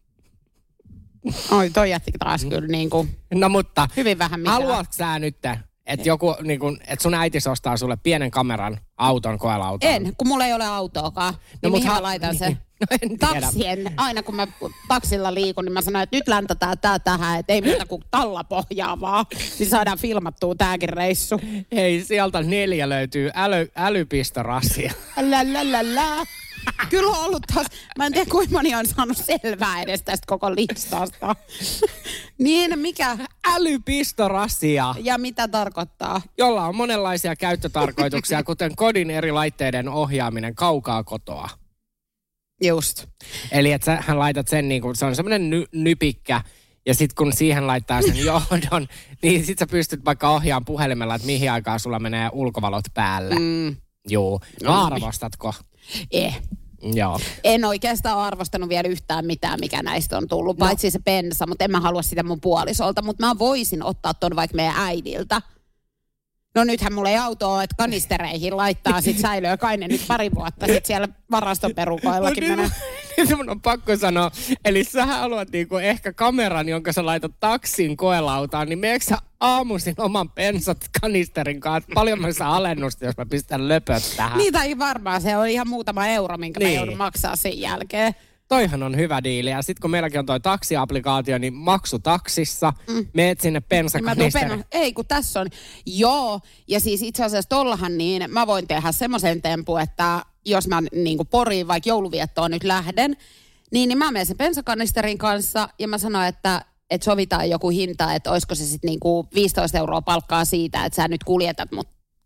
Oi, toi jätti taas kyllä niin kuin no mutta, hyvin vähän mitään. Haluatko sä nyt, että joku, niin kun, että sun äitis ostaa sulle pienen kameran auton koelautaan? En, kun mulla ei ole autoakaan. Niin no, mihin ha- mä laitan sen? No en Taksien. Aina kun mä taksilla liikun, niin mä sanon, että nyt läntätään tää tähän, että ei muuta kuin tallapohjaa vaan. Niin saadaan filmattua tääkin reissu. Hei, sieltä neljä löytyy äly, älypistorasia. Lälälälä. Kyllä on ollut taas, mä en tiedä kuinka moni on saanut selvää edes tästä koko listasta. Niin, mikä? Älypistorasia. Ja mitä tarkoittaa? Jolla on monenlaisia käyttötarkoituksia, kuten kodin eri laitteiden ohjaaminen kaukaa kotoa. Just. Eli että sähän laitat sen niin kuin, se on semmoinen ny, nypikkä, ja sitten kun siihen laittaa sen johdon, niin sit sä pystyt vaikka ohjaamaan puhelimella, että mihin aikaan sulla menee ulkovalot päälle. Mm. Juu. No, arvostatko? Eh. Joo. En oikeastaan arvostanut vielä yhtään mitään, mikä näistä on tullut, no. Paitsi se bensa, mutta en mä halua sitä mun puolisolta, mutta mä voisin ottaa ton vaikka meidän äidiltä. No nythän mulla ei auto ole, että kanistereihin laittaa sit säilöä kai ne nyt pari vuotta sit siellä varastoperukoillakin no, menee. Nyt mun on pakko sanoa, eli sä haluat niinku ehkä kameran, jonka sä laitat taksin koelautaan, niin meneekö sä aamuisin oman bensat kanisterin kanssa? Paljon mä saa alennusta, jos mä pistän löpöt tähän. Niin tai varmaan se on ihan muutama euro, minkä niin. mä joudun maksaa sen jälkeen. Toihan on hyvä diili. Ja sitten kun meilläkin on toi taksiaplikaatio, niin maksu taksissa. Mm. Meet sinne bensakanisteri. Ei, kun tässä on. Joo, ja siis itse asiassa tollahan niin, mä voin tehdä semmoisen tempun, että jos mä niin kuin Poriin vaikka jouluviettoon nyt lähden, niin, niin mä menen sen bensakanisterin kanssa ja mä sanon, että, että sovitaan joku hinta, että olisiko se sitten niin kuin viisitoista euroa palkkaa siitä, että sä nyt kuljetat mut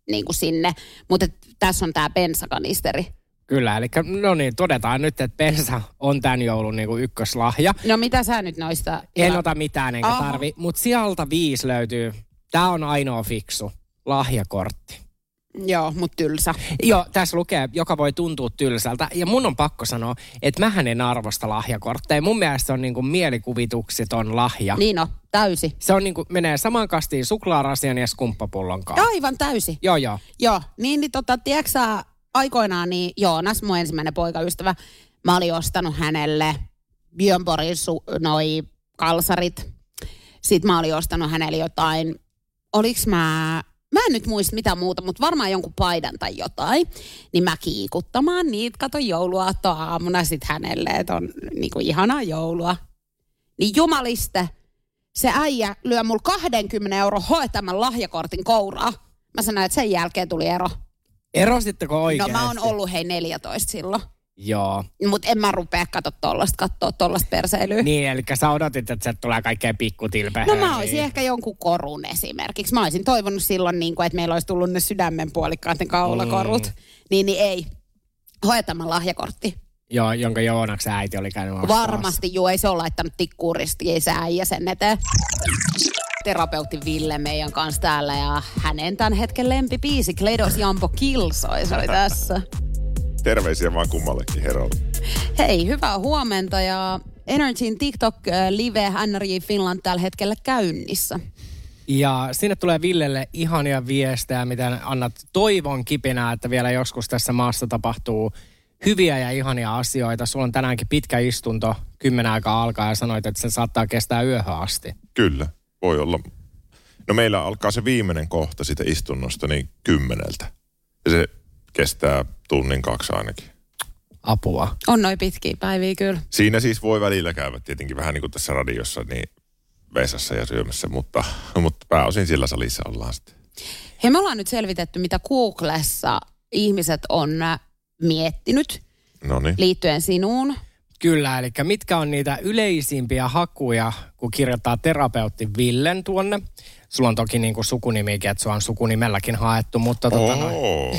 niin kuin sinne. Mutta tässä on tämä bensakanisteri. Kyllä, eli no niin, todetaan nyt, että bensa on tämän joulun niin kuin ykköslahja. No mitä sä nyt noista? En ota mitään enkä tarvi, mutta sieltä viisi löytyy. Tämä on ainoa fiksu lahjakortti. Joo, mutta tylsä. Joo, tässä lukee, joka voi tuntua tylsältä. Ja mun on pakko sanoa, että mähän en arvosta lahjakortteja. Mun mielestä se on niinku mielikuvituksiton lahja. Niin on, täysi. Se on niinku, menee saman kastiin suklaarasian ja skumppapullon kanssa. Aivan täysi. Joo, joo. Joo, niin, niin tota, tiedätkö sä, aikoinaan niin Joonas, mun ensimmäinen poikaystävä, mä olin ostanut hänelle Björn Borgin su- noi kalsarit. Sitten mä olin ostanut hänelle jotain, oliks mä... Mä en nyt muista mitä muuta, mutta varmaan jonkun paidan tai jotain. Niin mä kiikuttamaan niitä, kato jouluaattoaamuna sit hänelle, että on niinku ihanaa joulua. Niin jumaliste, se äijä lyö mulla kaksikymmentä euro hoetaman lahjakortin kouraa. Mä sanoin, että sen jälkeen tuli ero. Erositteko oikeasti? No mä oon ollut hei neljätoista silloin. Joo. Mutta en mä rupea katsoa tollasta, katsoa tollasta perseilyä. Niin, eli sä odotit, että sieltä tulee kaikkea pikkutilpeä. No mä olisin ehkä jonkun korun esimerkiksi. Mä olisin toivonut silloin, niin kuin, että meillä olisi tullut ne sydämen puolikkaat ne kaulakorut. Mm. Niin, niin ei. Hoetaman lahjakortti. Joo, jonka Joonaksen äiti oli käynyt ostamassa. Varmasti, juu, ei se ole laittanut tikkuun ristiin, ei se äijä sen eteen. Terapeutti Ville meidän kanssa täällä ja hänen tämän hetken lempibiisi Kledos Jambo Kilsoi, se oli tässä. Terveisiä vaan kummallekin herolle. Hei, hyvää huomenta ja Energyn TikTok Live N R J Finland tällä hetkellä käynnissä. Ja sinne tulee Villelle ihania viestejä, miten annat toivon kipinää, että vielä joskus tässä maassa tapahtuu hyviä ja ihania asioita. Sulla on tänäänkin pitkä istunto, kymmenen aikaa alkaa ja sanoit, että se saattaa kestää yöhön asti. Kyllä, voi olla. No meillä alkaa se viimeinen kohta siitä istunnosta niin kymmeneltä. Ja se kestää tunnin kaksi ainakin. Apua. On noin pitkiä päiviä kyllä. Siinä siis voi välillä käydä tietenkin vähän niin kuin tässä radiossa niin vesassa ja syömässä, mutta, mutta pääosin sillä salissa ollaan sitten. Hei, me ollaan nyt selvitetty, mitä Googlessa ihmiset on miettinyt Noniin. liittyen sinuun. Kyllä, eli mitkä on niitä yleisimpiä hakuja, kun kirjoittaa terapeutti Villen tuonne. Sulla on toki niin kuin sukunimikin, että sua on sukunimelläkin haettu, mutta tota noin.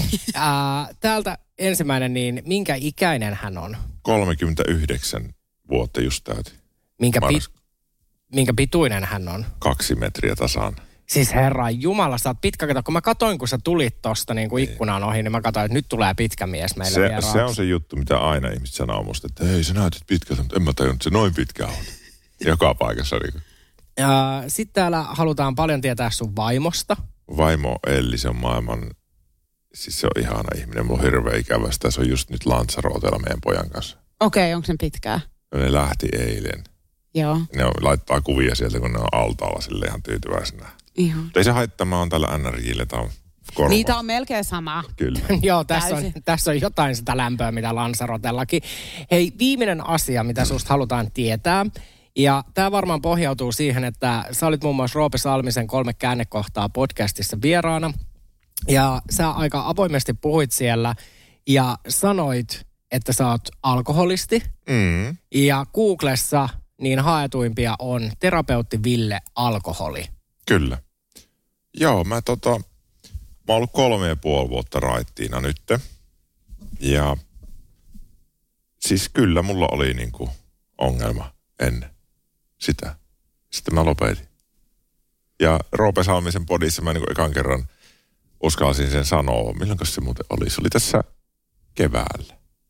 Ää, täältä ensimmäinen, niin minkä ikäinen hän on? kolmekymmentäyhdeksän vuotta just täytin. Minkä, pi- minkä pituinen hän on? Kaksi metriä tasan. Siis herran jumala, sä oot pitkä. Kato, kun mä katoin, kun sä tulit tosta niin kuin ikkunan ohi, niin mä katsoin, että nyt tulee pitkä mies meille se, vieraaksi. Se on se juttu, mitä aina ihmiset sanoo musta, että hei, sä näytät pitkältä, mutta en mä tajunnut, että se noin pitkä on. Joka paikassa. Niin. Ja sitten täällä halutaan paljon tietää sun vaimosta. Vaimo Elli, se on maailman, siis se on ihana ihminen. Mulla on hirveä ikävä sitä, se on just nyt Lanzaroteella meidän pojan kanssa. Okei, okay, onko sen pitkää? No, ne lähti eilen. Joo. Ne on, laittaa kuvia sieltä, kun ne on altaalla sille ihan tyytyväisenä. Ihan. Ei se haittaa, mä oon täällä N R J:lle, tää on korva. Niitä on melkein samaa. Kyllä. Joo, tässä on, tässä on jotain sitä lämpöä, mitä Lanzarotellakin. Hei, viimeinen asia, mitä susta halutaan tietää. Ja tämä varmaan pohjautuu siihen, että sä olit muun muassa Roope Salmisen kolme käännekohtaa podcastissa vieraana. Ja sä aika avoimesti puhuit siellä ja sanoit, että sä oot alkoholisti. Mm. Ja Googlessa niin haetuimpia on terapeutti Ville alkoholi. Kyllä. Joo, mä tota, mä oon ollut kolme ja puoli vuotta raittiina nytte. Ja siis kyllä mulla oli niinku ongelma ennen sitä. Sitten mä lopetin. Ja Roope Salmisen podissa mä niinku ekan kerran uskalsin sen sanoa. Milloinkas se muuten oli? Se oli tässä keväällä.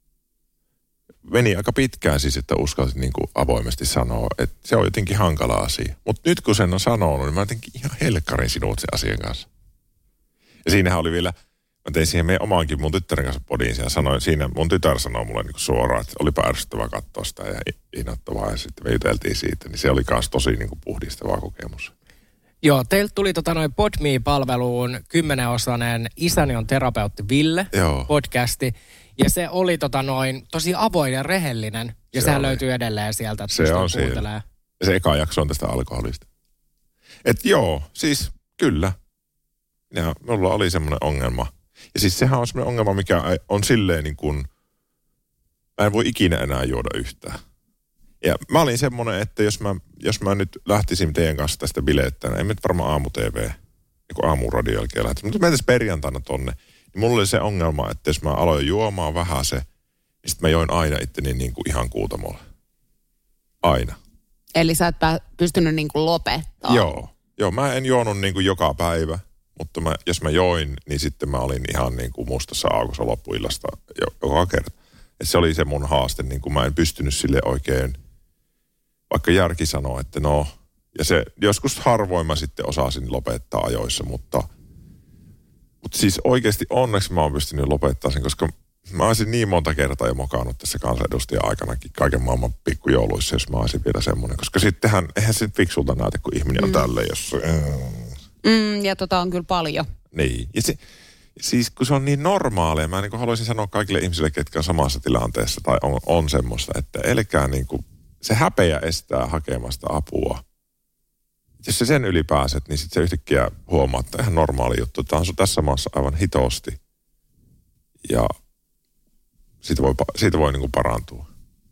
Meni aika pitkään siis, että uskalsin niin kuin avoimesti sanoa, että se on jotenkin hankala asia. Mutta nyt kun sen on sanonut, niin mä jotenkin ihan helkkarin sinut sen asian kanssa. Ja siinähän oli vielä, mä tein siihen meidän omaankin mun tyttären kanssa podiin ja sanoin, siinä mun tytär sanoi mulle niin kuin suoraan, että olipa ärsyttävää katsoa sitä ja innoittavaa ja sitten me juteltiin siitä, niin se oli myös tosi niin kuin puhdistava kokemus. Joo, teiltä tuli tota noin PodMe-palveluun kymmenenosainen Isäni on terapeutti Ville Joo. podcasti. Ja se oli tota noin tosi avoin ja rehellinen. Ja se sehän oli. Löytyy edelleen sieltä, että se on siellä. Ja se eka jakso on tästä alkoholista. Et joo, siis kyllä. Ja mulla oli semmoinen ongelma. Ja siis sehän on semmoinen ongelma, mikä on silleen niin kuin, mä en voi ikinä enää juoda yhtään. Ja mä olin semmoinen, että jos mä, jos mä nyt lähtisin teidän kanssa tästä bileettään, en nyt varmaan aamu-tv. niin aamuradio jälkeen lähdettiin. Mutta mentäisiin perjantaina tonne. Niin mulla oli se ongelma, että jos mä aloin juomaan vähän se, niin sitten mä join aina itteni niin kuin ihan kuutamolla. Aina. Eli sä et pää, pystynyt niin kuin lopettaa. Joo. Joo, mä en juonut niin kuin joka päivä, mutta mä, jos mä join, niin sitten mä olin ihan niin kuin mustassa aukossa loppuillasta joka kerta. Et se oli se mun haaste, niin kuin mä en pystynyt sille oikein, vaikka järki sanoo, että no, ja se joskus harvoin mä sitten osasin lopettaa ajoissa, mutta, mutta siis oikeasti onneksi mä oon pystynyt lopettaa sen, koska mä olisin niin monta kertaa jo mokannut tässä kansanedustajan aikanakin kaiken maailman pikkujouluissa, jos mä olisin vielä semmoinen. Koska sittenhän, eihän se fiksulta näytä, kun ihminen on mm. tälleen, jos... Mm, ja tota on kyllä paljon. Niin. Ja se, siis kun se on niin normaalia, mä niin kuin haluaisin sanoa kaikille ihmisille, ketkä on samassa tilanteessa tai on, on semmoista, että elkää niin kuin, se häpeä estää hakemasta apua. Jos sä sen yli pääset, niin sitten se yhtäkkiä huomaa, että ihan normaali juttu. Tämä on tässä maassa aivan hitosti. Ja siitä voi, siitä voi niin kuin parantua.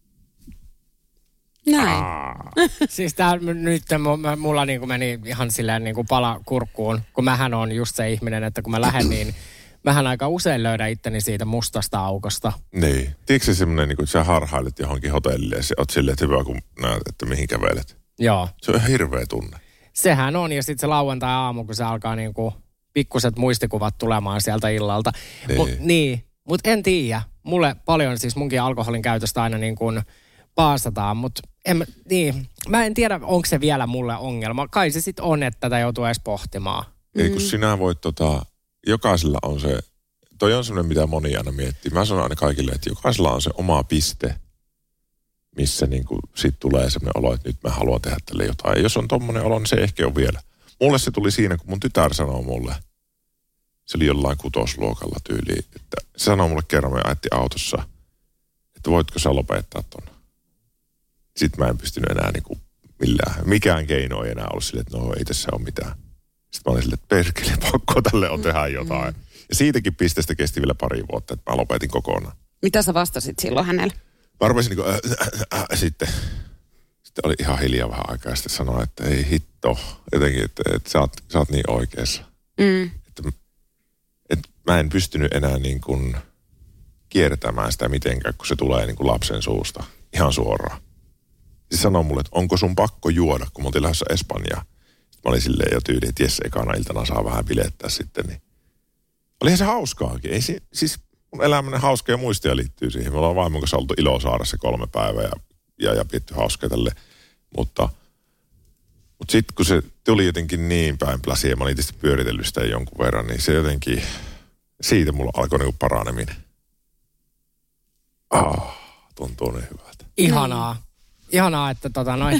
Näin. Siis tää nyt mulla niinku meni ihan silleen niinku pala kurkkuun, kun mähän on just se ihminen, että kun mä lähden, niin mähän aika usein löydän itteni siitä mustasta aukosta. Niin. Tiedätkö se semmoinen, niin kun sä harhailet johonkin hotellille ja sä oot silleen, että hyvä kun näet, että mihin kävelet. Joo. Se on ihan hirveä tunne. Sehän on, ja sitten se lauantai-aamu, kun se alkaa niinku pikkuset muistikuvat tulemaan sieltä illalta. Niin. Mut, niin, mut en tiedä. Mulle paljon siis munkin alkoholin käytöstä aina niin kuin paasataan, mutta en, niin, mä en tiedä, onko se vielä mulle ongelma. Kai se sitten on, että tätä joutuu edes pohtimaan. Ei, kun sinä voit tota, jokaisella on se, toi on semmoinen, mitä moni aina miettii. Mä sanon aina kaikille, että jokaisella on se oma piste, missä niinku sit tulee semmoinen olo, että nyt mä haluan tehdä tälle jotain. Ja jos on tommonen olo, niin se ehkä on vielä. Mulle se tuli siinä, kun mun tytär sanoo mulle, se oli jollain kutosluokalla tyyliin, että se sanoi mulle kerran, me ajettiin autossa, että voitko sä lopettaa ton. Sitten mä en pystynyt enää niinku millään, mikään keino ei enää ollut silleen, että no ei tässä ole mitään. Sitten mä olin silleen, että perkele, pakko tälle on tehdä jotain. Mm. Ja siitäkin pisteestä kesti vielä pari vuotta, että mä lopetin kokonaan. Mitä sä vastasit silloin hänelle? Mä rupesin niinku, äh, äh, äh, sitten, sitten oli ihan hiljaa vähän aikaa ja sitten sanoi, että ei hitto, jotenkin, että, että sä, oot, sä oot niin oikeassa. Mm. Että, että mä en pystynyt enää niin kuin kiertämään sitä mitenkään, kun se tulee niin kuin lapsen suusta ihan suoraan. Siis sanoi mulle, että onko sun pakko juoda, kun me oltiin lähdössä Espanjaan. Sitten mä olin silleen jo tyyli, että jes, ekana iltana saa vähän bilettää sitten. Niin. Olihan se hauskaakin. Ei si- siis mun elämänen hauska ja muistia liittyy siihen. Me ollaan vaimon kanssa oltu Ilosaaressa kolme päivää ja, ja, ja pidetty hauskaa tälle. Mutta, mutta sitten kun se tuli jotenkin niin päin pläsiä, ja mä olin tietysti pyöritellyt sitä jonkun verran, niin se jotenkin, siitä mulla alkoi niinku paraneminen. Ah, tuntuu niin hyvältä. Ihanaa. Ihanaa, että tota noin.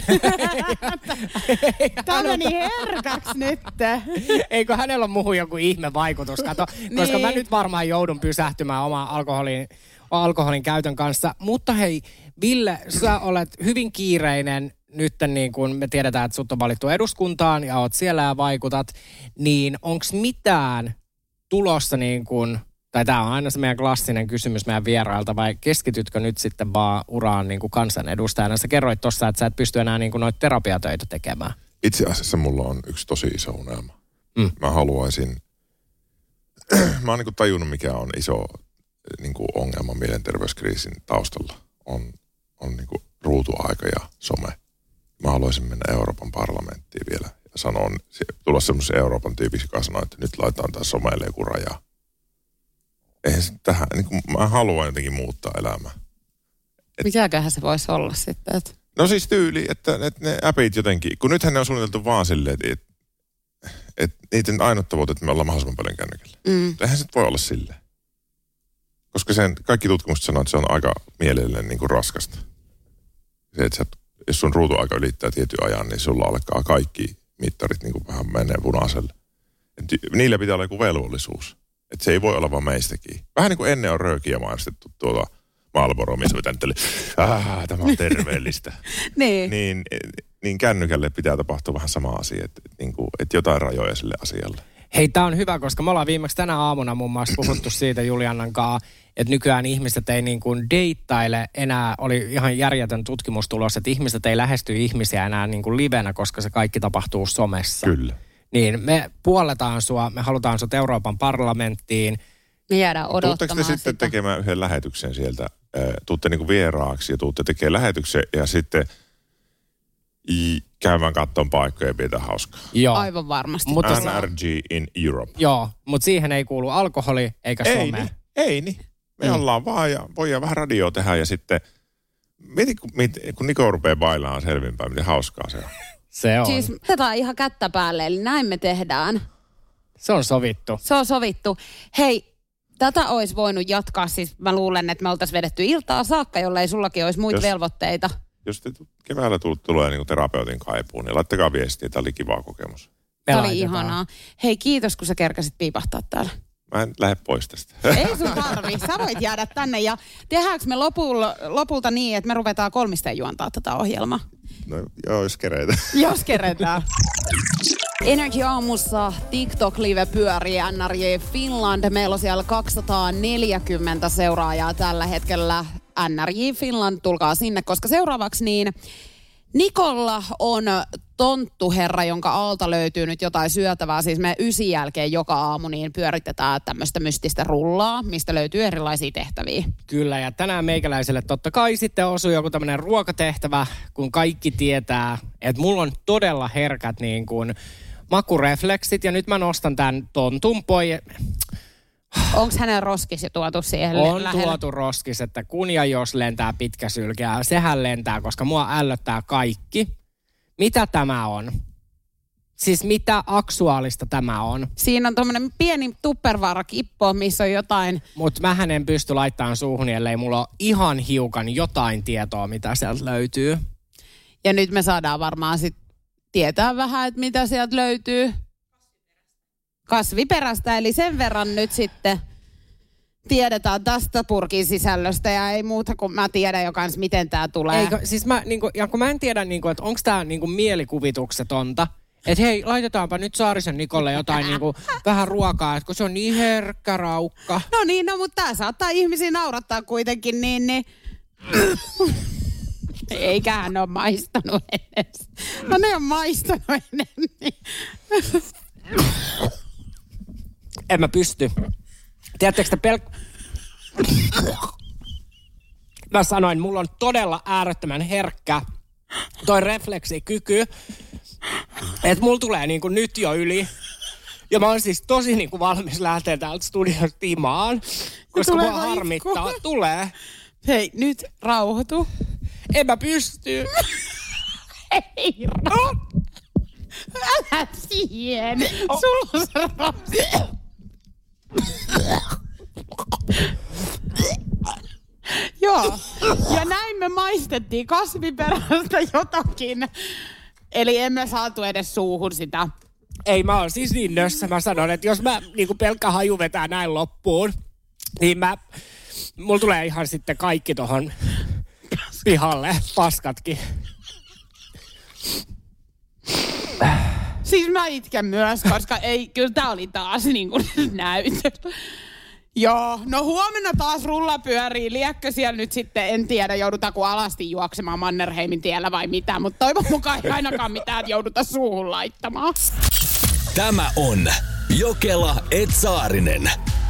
Tämä meni herkäksi nyt. Eikö hänellä ole muuhun joku ihme vaikutus, kato. Niin. Koska mä nyt varmaan joudun pysähtymään oman alkoholin, alkoholin käytön kanssa. Mutta hei, Ville, sä olet hyvin kiireinen nyt, niin kun me tiedetään, että sut on valittu eduskuntaan ja oot siellä ja vaikutat. Niin onks mitään tulossa niin kuin, tai tämä on aina se meidän klassinen kysymys meidän vierailta, vai keskitytkö nyt sitten vaan uraan niin kuin kansanedustajana? Sä kerroit tuossa, että sä et pysty enää niin kuin noita terapiatöitä tekemään. Itse asiassa mulla on yksi tosi iso unelma. Mm. Mä haluaisin, mä oon niin kuin tajunnut, mikä on iso niin kuin ongelma mielenterveyskriisin taustalla. On, on niin kuin ruutuaika ja some. Mä haluaisin mennä Euroopan parlamenttiin vielä ja sanoa, tulla semmoisen Euroopan tyypiksi, joka sanoo, että nyt laitetaan taas someille joku raja. Eihän se tähän, niin kuin mä haluan jotenkin muuttaa elämää. Et, mikäköhän se voisi olla sitten? Että... No siis tyyli, että, että ne appit jotenkin, kun nythän ne on suunniteltu vaan silleen, että, että, että niiden ainut tavoite, että me ollaan mahdollisimman paljon kännykällä. Mm. Eihän se voi olla silleen. Koska sen, kaikki tutkimukset sanoo, että se on aika mielellinen niin kuin raskasta. Se, että sä, jos sun ruutuaika ylittää tietyn ajan, niin sulla alkaa kaikki mittarit niin kuin vähän menee punaiselle. Et niillä pitää olla joku velvollisuus. Että se ei voi olla vaan meistäkin. Vähän niin kuin ennen on röökiä mainostettu tuolla Marlboro, missä vetän tälle, ah, tämä on terveellistä. niin. niin. Niin kännykälle pitää tapahtua vähän sama asia, että, että, että jotain rajoja sille asialle. Hei, tää on hyvä, koska me ollaan viimeksi tänä aamuna muun muassa puhuttu siitä Juliannan kanssa, että nykyään ihmiset ei niin kuin deittaile enää, oli ihan järjetön tutkimustulos, että ihmiset ei lähesty ihmisiä enää niin kuin livenä, koska se kaikki tapahtuu somessa. Kyllä. Niin me puoletaan sua, me halutaan sut Euroopan parlamenttiin. Me jäädään odottamaan Tuutteko te sitten sitä. tekemään yhden lähetyksen sieltä? Tuutte niinku vieraaksi ja tuutte tekemään lähetyksen ja sitten i, käymään kattoon paikkoja ja pidetään hauskaa. Joo. Aivan varmasti. Mutta N R G in Europe. Joo, mutta siihen ei kuulu alkoholi eikä Ei some. niin, ei niin. Me mm. ollaan vaan ja voidaan vähän radioa tehdä ja sitten mieti, kun, kun Niko rupeaa bailaan selvinpäin, miten hauskaa se on. Se on. Siis otetaan ihan kättä päälle, eli näin me tehdään. Se on sovittu. Se on sovittu. Hei, tätä olisi voinut jatkaa, siis mä luulen, että me oltaisiin vedetty iltaa saakka, jollei sullakin olisi muita Jos- velvoitteita. Jos te keväällä tul- tulee niinku terapeutin kaipuun, niin laittakaa viestiä, tämä oli kiva kokemus. Tämä oli ihanaa. Hei, kiitos, kun sä kerkäsit piipahtaa täällä. Mä en lähde pois tästä. Ei sun tarvi, sä voit jäädä tänne ja tehdäänkö me lopulta, lopulta niin, että me ruvetaan kolmisten juontaa tätä ohjelmaa? No joo, jos kereitä. Jos keretään. Energy aamussa TikTok-live pyörii N R J Finland. Meillä on siellä kaksisataaneljäkymmentä seuraajaa tällä hetkellä. N R J Finland, tulkaa sinne, koska seuraavaksi niin Nikolla on tonttuherra, jonka alta löytyy nyt jotain syötävää. Siis me ysin jälkeen joka aamu niin pyöritetään tämmöistä mystistä rullaa, mistä löytyy erilaisia tehtäviä. Kyllä, ja tänään meikäläiselle totta kai sitten osui joku tämmöinen ruokatehtävä, kun kaikki tietää, että mulla on todella herkät niin kuin makurefleksit, ja nyt mä nostan tämän tontun pois. Onko hänen roskis jo tuotu siihen On lähelle? tuotu roskis, että kun ja jos lentää pitkä sylkeä, sehän lentää, koska mua ällöttää kaikki. Mitä tämä on? Siis mitä aksuaalista tämä on? Siinä on tommonen pieni tupperware-kippo, missä on jotain. Mutta mähän en pysty laittamaan suuhun, ellei mulla ole ihan hiukan jotain tietoa, mitä sieltä löytyy. Ja nyt me saadaan varmaan sit tietää vähän, että mitä sieltä löytyy. Kasviperäistä, eli sen verran nyt sitten tiedetään tästä purkin sisällöstä ja ei muuta kuin mä tiedän jo kans, miten tää tulee. Eikö, siis mä, niinku, ja kun mä en tiedä, niinku, että onko tää niinku mielikuvituksetonta, että hei, laitetaanpa nyt Saarisen Nikolle jotain niinku, vähän ruokaa, että kun se on niin herkkä raukka. No niin, no mutta tää saattaa ihmisiä naurattaa kuitenkin, niin, niin. Eikä hän ole maistanut edes. No ne on maistanut edes. En mä pysty. Tiedättekö te pelk... Mä sanoin, mulla on todella äärettömän herkkä toi refleksikyky, että mulla tulee niinku nyt jo yli. Ja mä oon siis tosi niinku valmis lähteä täältä studiosta timaan, koska tulee mua harmittaa. vaikka. Tulee. Hei, nyt rauhoitu. En mä pysty. Ei rauhoitu. Älä siihen. Oh. Sulla on se rauhoitu. Joo, ja näin me maistettiin kasviperäistä jotakin. Eli emme saatu edes suuhun sitä. Ei, mä oon siis niin nössä. Mä sanon, että jos mä niinku pelkkä haju vetää näin loppuun, niin mä... Mulla tulee ihan sitten kaikki tohon pihalle, paskatkin. Siis mä itken myös, koska ei, kyllä tää oli taas niin kuin näytö. Joo, no huomenna taas rulla pyörii. Liekkö siellä nyt sitten, en tiedä, joudutaanko alasti juoksemaan Mannerheimin tiellä vai mitä, mutta toivon mukaan ei ainakaan mitään jouduta suuhun laittamaan. Tämä on Jokela et Saarinen.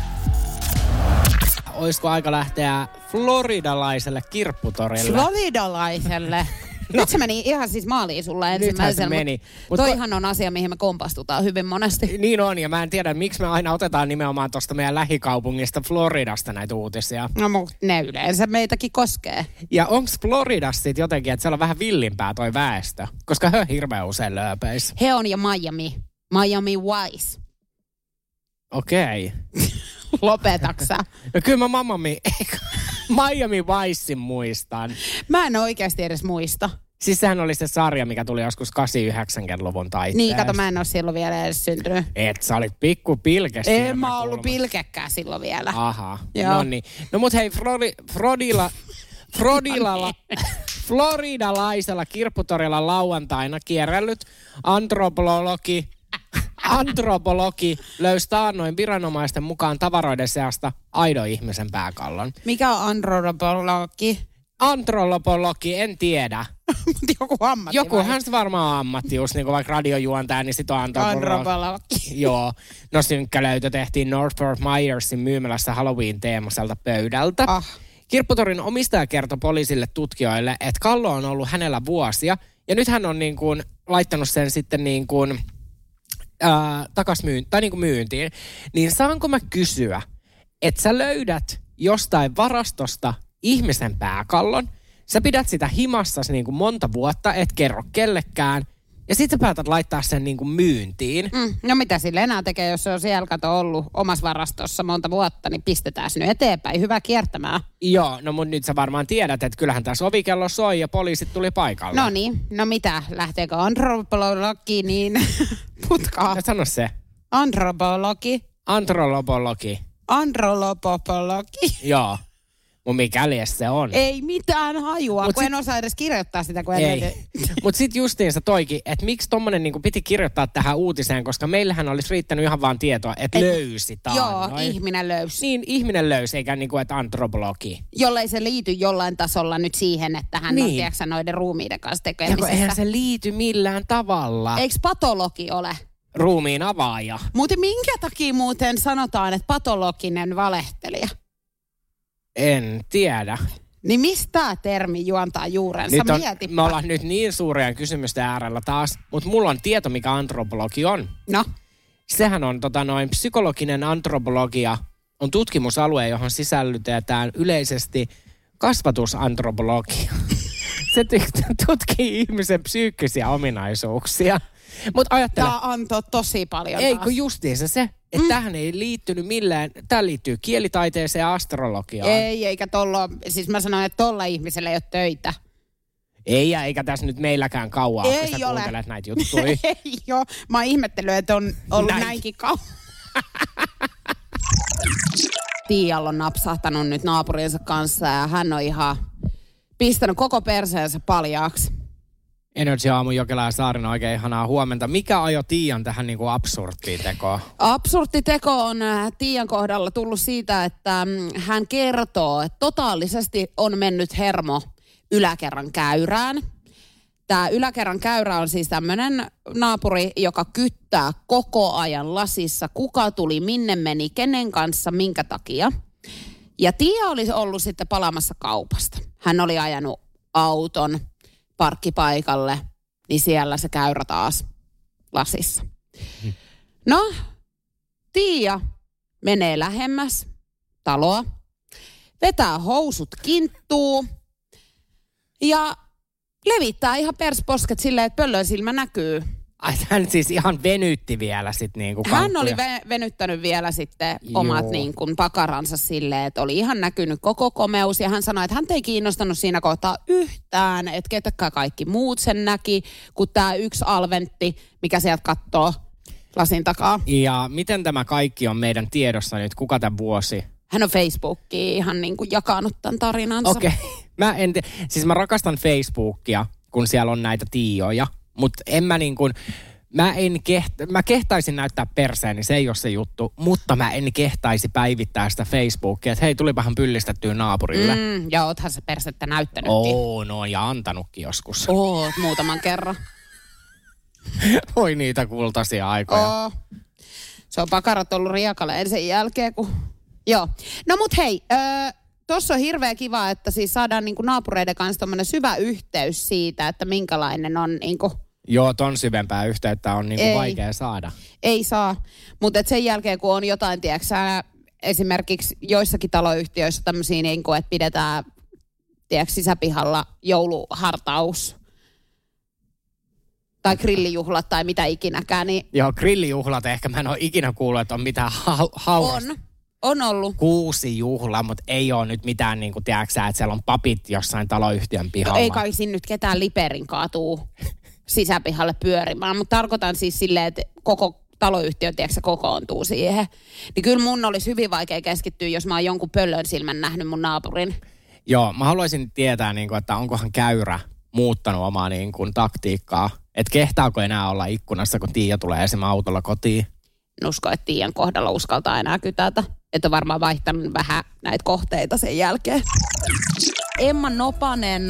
Olisiko aika lähteä floridalaiselle kirpputorille? Floridalaiselle. No. Nyt se meni ihan siis maaliin sulla ensimmäisenä. se meni. Mut toihan on asia, mihin me kompastutaan hyvin monesti. Niin on, ja mä en tiedä, miksi me aina otetaan nimenomaan tuosta meidän lähikaupungista Floridasta näitä uutisia. No mutta ne yleensä meitäkin koskee. Ja onks Floridassa sit jotenkin, että siellä on vähän villimpää toi väestö? Koska he on hirveän usein lööpeissä. He on ja Miami. Miami Vice. Okei. Okay. Lopetaksä? No kyllä mä Miami, Miami Vicein muistan. Mä en oikeasti edes muista. Siis sehän oli se sarja, mikä tuli joskus kahdeksankymmentä-luvun taitteessa. Niin, kato, mä en ole silloin vielä edes syntynyt. Et sä olit pikku pilkes. En mä ollut pilkekkää silloin vielä. Aha, Joo. no niin. No mut hei, Frodi, Frodila, Frodilalla, floridalaisella kirpputorilla lauantaina kierrellyt antropologi, antropologi löysi taannoin viranomaisten mukaan tavaroiden seasta aidon ihmisen pääkallon. Mikä on antropologi? Antropologi, en tiedä. Mutta joku ammatti. Jokuhan se varmaan on ammatti, just niin kuin vaikka radiojuontaja, niin sit on antropologi. Joo. No synkkälöytö tehtiin North Fort Myersin myymälässä Halloween-teemaiselta pöydältä. Ah. Kirpputorin omistaja kertoi poliisille tutkijoille, että kallo on ollut hänellä vuosia. Ja nyt hän on niin kuin laittanut sen sitten niin kuin, ää, takas myyn, tai niin kuin myyntiin. Niin saanko mä kysyä, että sä löydät jostain varastosta ihmisen pääkallon, sä pidät sitä himassasi niin kuin monta vuotta, et kerro kellekään, ja sit sä päätät laittaa sen niin kuin myyntiin. Mm, no mitä sille enää tekee, jos se on siellä kato ollut omassa varastossa monta vuotta, niin pistetään se nyt eteenpäin. Hyvä kiertämään. Joo, no mun nyt sä varmaan tiedät, että kyllähän tässä ovikello soi ja poliisit tuli paikalle. No niin, no mitä, lähteekö antropologi niin putkaa? No sano se. Antropologi. Antropologi. Antropologi. Joo. Mun mikäli se on. Ei mitään hajua, Mut kun sit... en osaa edes kirjoittaa sitä, kun en Ei. Mutta sit justiinsa toikin, että miksi tommonen niinku piti kirjoittaa tähän uutiseen, koska meillähän olisi riittänyt ihan vaan tietoa, että Et, löysi taan. Joo, noin. ihminen löysi. Niin, ihminen löysi, eikä niinku, että antropologi. Jollei se liity jollain tasolla nyt siihen, että hän niin. on, tiedätkö, noiden ruumiiden kanssa tekemisestä. Ja eihän se liity millään tavalla. Eikö patologi ole? Ruumiin avaaja. Mutta minkä takia muuten sanotaan, että patologinen valehtelija? En tiedä. Niin mistä tämä termi juontaa juurensa? Nyt on, Mietipä. me ollaan nyt niin suuria kysymysten äärellä taas, mutta mulla on tieto, mikä antropologi on. No? Sehän on tota noin, psykologinen antropologia on tutkimusalue, johon sisällytetään yleisesti kasvatusantropologia. Se tutkii ihmisen psyykkisiä ominaisuuksia. Mut ajattele. Tämä antoi tosi paljon Ei, taas. kun justiinsa se, että mm. tähän ei liittynyt millään. Tämä liittyy kielitaiteeseen ja astrologiaan. Ei, eikä tolla, siis mä sanoin, että tolla ihmisellä ei ole töitä. Ei, ja eikä tässä nyt meilläkään kauan, ei kun sä ole. kuuntelet näitä juttuja. Ei joo, mä oon ihmetellyt, että on ollut Näin. näinkin kauan. Tiialla on napsahtanut nyt naapurinsa kanssa ja hän on ihan pistänyt koko perseensä paljaaksi. Energy Aamu, Jokela ja Saarinen, oikein ihanaa huomenta. Mikä ajo Tiian tähän niin kuin absurdiin tekoon? Absurdi teko on Tiian kohdalla tullut siitä, että hän kertoo, että totaalisesti on mennyt hermo yläkerran käyrään. Tämä yläkerran käyrä on siis tämmöinen naapuri, joka kyttää koko ajan lasissa, kuka tuli, minne meni, kenen kanssa, minkä takia. Ja Tiia oli ollut sitten palaamassa kaupasta. Hän oli ajanut auton parkkipaikalle, niin siellä se käyrä taas lasissa. Hmm. No, Tiia menee lähemmäs taloa, vetää housut kinttuu ja levittää ihan persposket silleen, että pöllön silmä näkyy. Ai, hän siis ihan venytti vielä sitten niinku kankkuja. Hän oli ve- venyttänyt vielä sitten omat Joo. niin kuin pakaransa silleen, että oli ihan näkynyt koko komeus. Ja hän sanoi, että hän ei kiinnostanut siinä kohtaa yhtään, että ketäkään kaikki muut sen näki, kun tämä yksi alventti, mikä sieltä katsoo lasin takaa. Ja miten tämä kaikki on meidän tiedossa nyt? Kuka tämän vuosi? Hän on Facebookiin ihan niin kuin jakanut tämän tarinansa. Okei. Okay. Mä en te- siis mä rakastan Facebookia, kun siellä on näitä tiioja. Mutta en mä niin kuin, mä en keht, mä kehtaisin näyttää perseeni, se ei ole se juttu, mutta mä en kehtaisi päivittää sitä Facebookia, että hei, tulipahan pyllistettyä naapurille. Mm, ja oothan sä persettä näyttänytkin. Oo, no ja antanutkin joskus. Oot, muutaman kerran. Oi niitä kultaisia aikoja. Oo. Se on pakarat ollut riakaleen sen jälkeen, kun... Joo. No mut hei, öö, tossa on hirveän kiva, että siis saadaan niinku naapureiden kanssa tommonen syvä yhteys siitä, että minkälainen on niinku... Joo, ton syvempää yhteyttä on niinku ei, vaikea saada. Ei saa, mutta sen jälkeen kun on jotain, tiedätkö esimerkiksi joissakin taloyhtiöissä tämmöisiä, niinku, että pidetään, tiedätkö, sisäpihalla jouluhartaus tai grillijuhlat tai mitä ikinäkään. Niin... Joo, grillijuhlat ehkä mä en ole ikinä kuullut, että on mitään ha- haurasta. On. On ollut. Kuusi juhlaa, mutta ei ole nyt mitään, niin kuin tiedätkö, että siellä on papit jossain taloyhtiön pihalla. No ei kai siinä nyt ketään liperin kaatuu sisäpihalle pyörimään, mutta tarkoitan siis silleen, että koko taloyhtiö, tiedätkö, kokoontuu siihen. Niin kyllä mun olisi hyvin vaikea keskittyä, jos mä oon jonkun pöllön silmän nähnyt mun naapurin. Joo, mä haluaisin tietää, niin kuin, että onkohan käyrä muuttanut omaa niin kuin, taktiikkaa. Että kehtaako enää olla ikkunassa, kun Tiia tulee esimerkiksi autolla kotiin? En usko, että Tiian kohdalla uskaltaa enää kytätä. Että on varmaan vaihtanut vähän näitä kohteita sen jälkeen. Emma Nopanen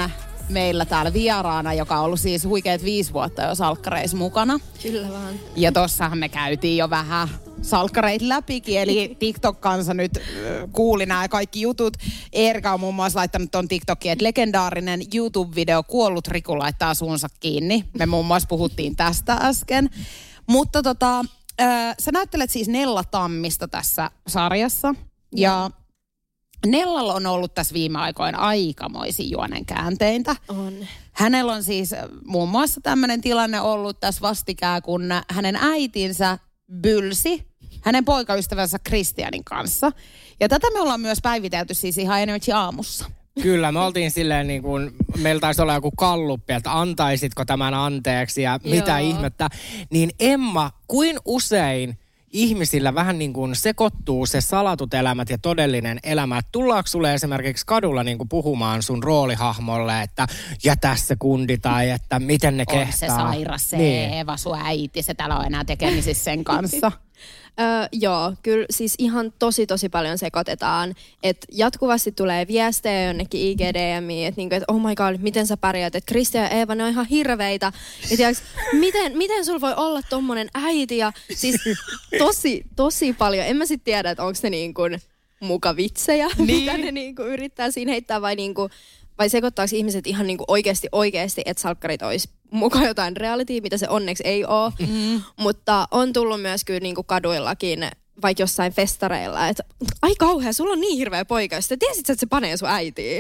meillä täällä vieraana, joka on ollut siis huikeat viisi vuotta jo salkkareissa mukana. Kyllä vaan. Ja tossahan me käytiin jo vähän salkkareit läpikin, eli TikTok-kansa nyt kuuli nämä kaikki jutut. Erika on muun muassa laittanut ton TikTokin, että legendaarinen YouTube-video Kuollut Riku laittaa suunsa kiinni. Me muun muassa puhuttiin tästä äsken. Mutta tota, äh, sä näyttelet siis Nella Tammista tässä sarjassa. Ja Nellalla on ollut tässä viime aikoina aikamoisia juonen käänteintä. On. Hänellä on siis muun muassa tämmöinen tilanne ollut tässä vastikään, kun hänen äitinsä bylsi hänen poikaystävänsä Christianin kanssa. Ja tätä me ollaan myös päivitelty siis ihan Energy Aamussa. Kyllä, me oltiin silleen niin kuin, meillä taisi olla joku kalluppi, että antaisitko tämän anteeksi ja mitä Joo. ihmettä. Niin Emma, kuin usein ihmisillä vähän niin kuin sekoittuu se salatut elämät ja todellinen elämä. Et tullaanko sulle esimerkiksi kadulla niin kuin puhumaan sun roolihahmolle, että jätä se kundi tai että miten ne On kehtaa? se sairas, se niin. Eeva, sun äiti, se täällä on enää tekemisissä sen kanssa. Öö, joo, kyllä siis ihan tosi tosi paljon sekoitetaan, että jatkuvasti tulee viestejä jonnekin I G D Miin, että niinku, et, oh my god, miten sä pärjät, että Kristian ja Eeva, ne on ihan hirveitä, ja tiiäks, miten, miten sulla voi olla tommonen äiti, ja siis tosi, tosi paljon, en mä sit tiedä, että onko ne niinku muka vitsejä, niin. mitä ne niinku yrittää siinä heittää, vai niinku, vai sekoittaako ihmiset ihan niinku oikeasti oikeasti, että salkkarit olisi mukaan jotain realitya, mitä se onneksi ei ole. Mm. Mutta on tullut myös kyllä niinku kaduillakin, vaikka jossain festareilla, että ai kauhea, sulla on niin hirveä poikaystävä. Tiesit sä, että se panee sun äitiin?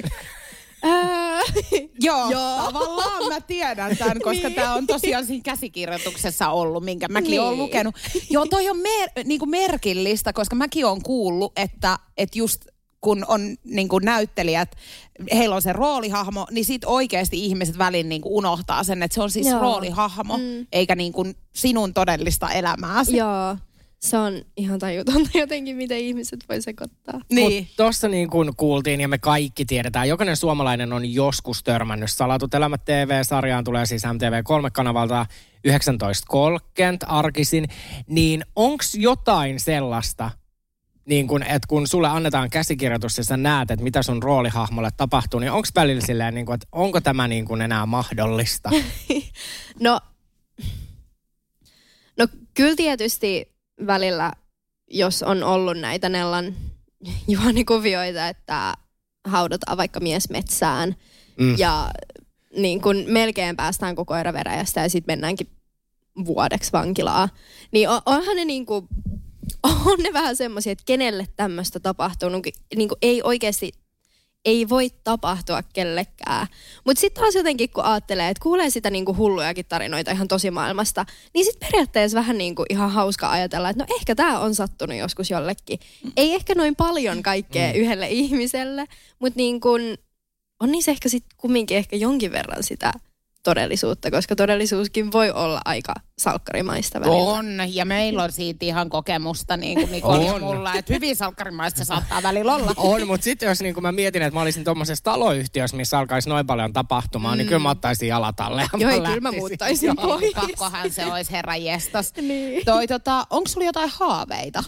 Joo, Joo. tavallaan mä tiedän tämän, koska niin. Tämä on tosiaan siinä käsikirjoituksessa ollut, minkä mäkin niin. olen lukenut. Joo, toi on mer- niinku merkillistä, koska mäkin olen kuullut, että, että just kun on niin kuin näyttelijät, heillä on se roolihahmo, niin sit oikeasti ihmiset välin niin kuin unohtaa sen, että se on siis Joo. roolihahmo, mm. eikä niin kuin sinun todellista elämääsi. Joo, se on ihan tajutonta jotenkin, miten ihmiset voi sekoittaa. Niin. Mutta tuossa niin kuin kuultiin ja me kaikki tiedetään, jokainen suomalainen on joskus törmännyt Salatut elämät T V-sarjaan, tulee siis M T V kolme kanavalta yhdeksäntoista kolmekymmentä arkisin, niin onko jotain sellaista, niin kun, että kun sulle annetaan käsikirjoitus ja sä näet, että mitä sun roolihahmolle tapahtuu, niin onko välillä silleen, niin kun, että onko tämä niin kun enää mahdollista? no, no kyllä tietysti välillä, jos on ollut näitä Nellan juonikuvioita, että haudataan vaikka mies metsään mm. ja niin kun melkein päästään koko koiraveräjästä ja sitten mennäänkin vuodeksi vankilaa, niin on, onhan ne niin kuin on ne vähän semmoisia, että kenelle tämmöistä tapahtuu. Niin kuin ei oikeasti, ei voi tapahtua kellekään. Mutta sitten taas jotenkin, kun ajattelee, että kuulee sitä niin kuin hullujakin tarinoita ihan tosimaailmasta, niin sitten periaatteessa vähän niin kuin ihan hauska ajatella, että no ehkä tämä on sattunut joskus jollekin. Ei ehkä noin paljon kaikkea mm. yhdelle ihmiselle, mutta niin kuin, on niissä ehkä sitten kumminkin ehkä jonkin verran sitä todellisuutta, koska todellisuuskin voi olla aika salkkarimaista välillä. On, ja meillä on siitä ihan kokemusta, niin kuin Nikoli ja mulla, että hyvin salkkarimaista se saattaa välillä olla. On, mutta sitten jos niin mä mietin, että mä olisin tuommoisessa taloyhtiössä, missä alkaisi noin paljon tapahtumaan, mm. niin kyllä mä ottaisin jalat alle. Joo, ei, kyllä mä muuttaisin Joo, pois. pakkohan se olisi herra jestas. Niin. Toi, tota, onko sulla jotain haaveita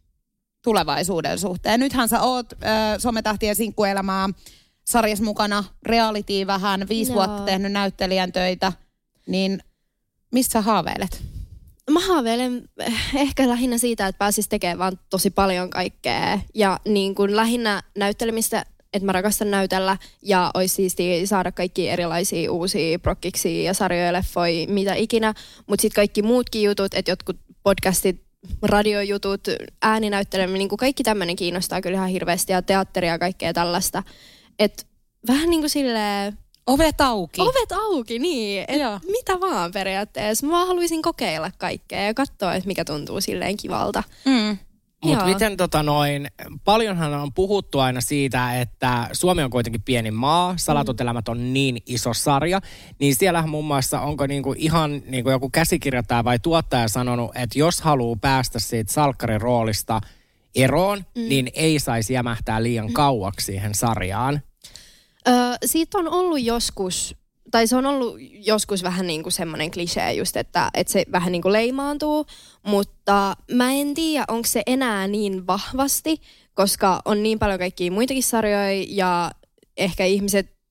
tulevaisuuden suhteen? Nythän sä oot äh, Sometähtien sinkkuelämää sarjassa mukana, reality vähän, viisi Joo. vuotta tehnyt näyttelijän töitä, niin missä haaveilet? Mä haaveilen ehkä lähinnä siitä, että pääsis tekemään vaan tosi paljon kaikkea. Ja niin kuin lähinnä näyttelemistä, että mä rakastan näytellä ja olisi siistiä saada kaikki erilaisia uusia prokkiksia ja sarjoja, leffoja, mitä ikinä. Mutta sitten kaikki muutkin jutut, että jotkut podcastit, radiojutut, ääninäytteleminen, niin kuin kaikki tämmöinen kiinnostaa kyllä ihan hirveästi ja teatteria ja kaikkea tällaista. Että vähän niin kuin silleen Ovet auki. Ovet auki, niin. Et mitä vaan periaatteessa. Mä vaan haluaisin kokeilla kaikkea ja katsoa, että mikä tuntuu silleen kivalta. Mm. Mutta miten tota noin, paljonhan on puhuttu aina siitä, että Suomi on kuitenkin pieni maa, Salatut elämät on niin iso sarja, niin siellähän muun muassa onko niinku ihan niinku joku käsikirjoittaja vai tuottaja sanonut, että jos haluaa päästä siitä salkkarin roolista eroon, mm. niin ei saisi jämähtää liian kauaksi siihen sarjaan. Öö, siitä on ollut joskus, tai se on ollut joskus vähän niin kuin semmoinen klisee just, että, että se vähän niin kuin leimaantuu, mutta mä en tiedä, onko se enää niin vahvasti, koska on niin paljon kaikkia muitakin sarjoja ja ehkä ihmiset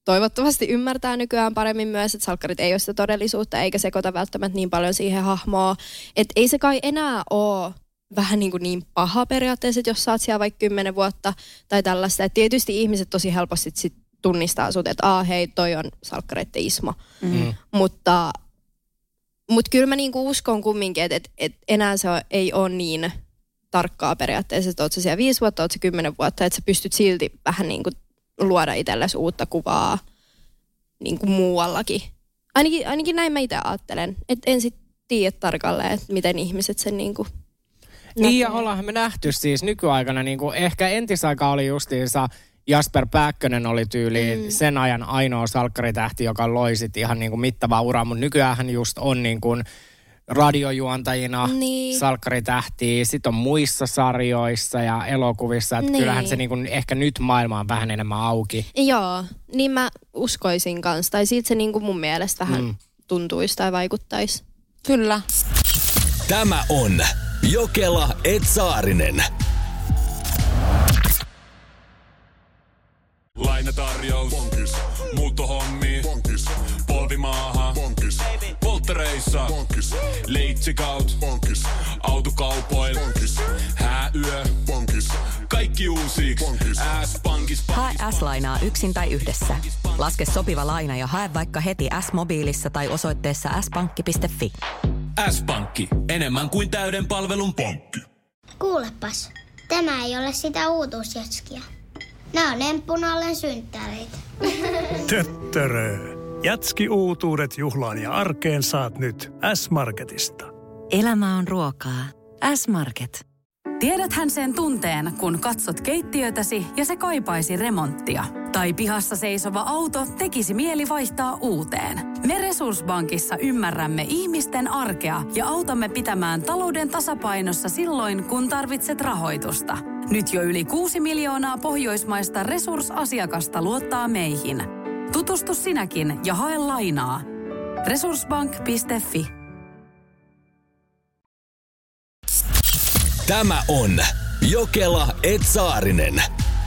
toivottavasti ymmärtää nykyään paremmin myös, että salkkarit ei ole sitä todellisuutta, eikä sekoita välttämättä niin paljon siihen hahmoon. Että ei se kai enää ole vähän niin, kuin niin paha periaatteessa, että jos sä oot siellä vaikka kymmenen vuotta tai tällaista. Et tietysti ihmiset tosi helposti sit tunnistaa sut, että aah hei, toi on salkkareitten Ismo. Mm. Mutta, mutta kyllä mä niinku uskon kumminkin, että et, et enää se on, ei ole niin tarkkaa periaatteessa, että oot sä siellä viisi vuotta, oot sä kymmenen vuotta, että sä pystyt silti vähän niin kuin luoda itsellesi uutta kuvaa niin kuin muuallakin. Ainakin, ainakin näin mä itse ajattelen. Että en sitten tiedä tarkalleen, että miten ihmiset sen niin kuin niin ja ollaanhan me nähty siis nykyaikana, niin kuin ehkä entisaika oli justiinsa Jasper Pääkkönen oli tyyliin mm. sen ajan ainoa salkkaritähti, joka loi sit ihan niin kuin mittavaa uraa, mutta nykyään hän just on niin kuin radiojuontajina niin. salkkaritähtiä, sitten on muissa sarjoissa ja elokuvissa, että niin. kyllähän se niin kuin ehkä nyt maailma on vähän enemmän auki. Joo, niin mä uskoisin kanssa, tai siitä se niin kuin mun mielestä vähän mm. tuntuisi tai vaikuttaisi. Kyllä. Tämä on Jokela et Saarinen. Lainatarjous. Bonkis. Muuttohommi. Bonkis. Polvimaaha. Bonkis. Polttereissa. Bonkis. Leitsikaut. Bonkis. Autokaupoil. Bonkis. Hääyö. Bonkis. Kaikki uusi. S-pankis. Hae S-lainaa yksin tai yhdessä. Laske sopiva laina ja hae vaikka heti S-mobiilissa tai osoitteessa s pankki piste fi. S-pankki. Enemmän kuin täyden palvelun pankki. Kuulepas, tämä ei ole sitä uutuusjatskia. Nämä on emppunallen synttäreitä. Töttörö. Jatski-uutuudet juhlaan ja arkeen saat nyt S-Marketista. Elämä on ruokaa. S-Market. Tiedäthän sen tunteen, kun katsot keittiötäsi ja se kaipaisi remonttia. Tai pihassa seisova auto tekisi mieli vaihtaa uuteen. Me Resurssbankissa ymmärrämme ihmisten arkea ja autamme pitämään talouden tasapainossa silloin, kun tarvitset rahoitusta. Nyt jo yli kuusi miljoonaa pohjoismaista resursasiakasta luottaa meihin. Tutustu sinäkin ja hae lainaa. resurssbank piste fi. Tämä on Jokela et Saarinen.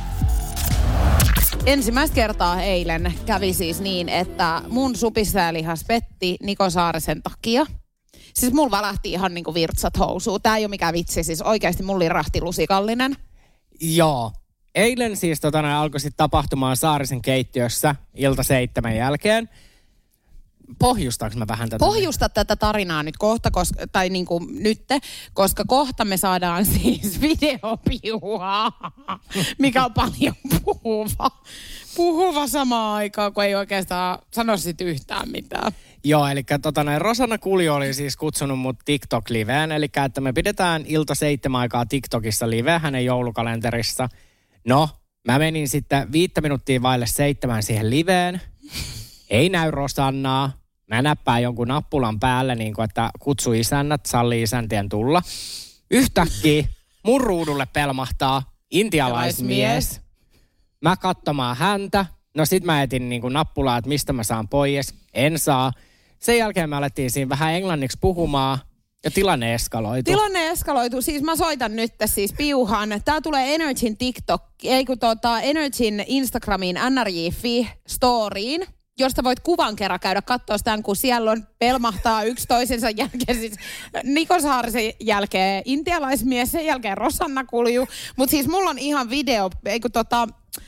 Ensimmäistä kertaa eilen kävi siis niin, että mun supissäälihas petti Niko Saarisen takia. Siis mulla välähti ihan niinku virtsat housuun. Tää ei ole mikään vitsi, siis oikeasti mulla oli rahti lusikallinen. Joo. Eilen siis tota, alkoi sitten tapahtumaan Saarisen keittiössä ilta seitsemän jälkeen. Pohjustaanko mä vähän tätä? Pohjusta tätä tarinaa nyt kohta, koska, tai niin kuin nytte, koska kohta me saadaan siis videopiuhaa, mikä on paljon puhuva. Puhuva samaan aikaan, kun ei oikeastaan sano sit yhtään mitään. Joo, eli tota, näin, Rosanna Kuljo oli siis kutsunut mut TikTok-liveen, eli että me pidetään ilta seitsemän aikaa TikTokissa live hänen joulukalenterissa. No, mä menin sitten viittä minuuttia vaille seitsemän siihen liveen. Ei näy Rosannaa. Mä näppään jonkun nappulan päälle, niin kuin, että kutsu isännät, salli isäntien tulla. Yhtäkkiä mun ruudulle pelmahtaa intialaismies. Mä katsomaan häntä. No sit mä etin niin kuin nappulaa, että mistä mä saan pois. En saa. Sen jälkeen me alettiin siinä vähän englanniksi puhumaan. Ja tilanne eskaloitu. Tilanne eskaloitu. Siis mä soitan nyt siis piuhaan. Tää tulee Energyn TikTok, ei kun tota Energyn Instagramiin N R J piste fi storyin, josta voit kuvan kerran käydä katsoa sitä, kun siellä on pelmahtaa yksi toisensa jälkeen. Siis Niko Saarisen jälkeen intialaismies, sen jälkeen Rosanna Kulju. Mutta siis mulla on ihan video, ei kun tota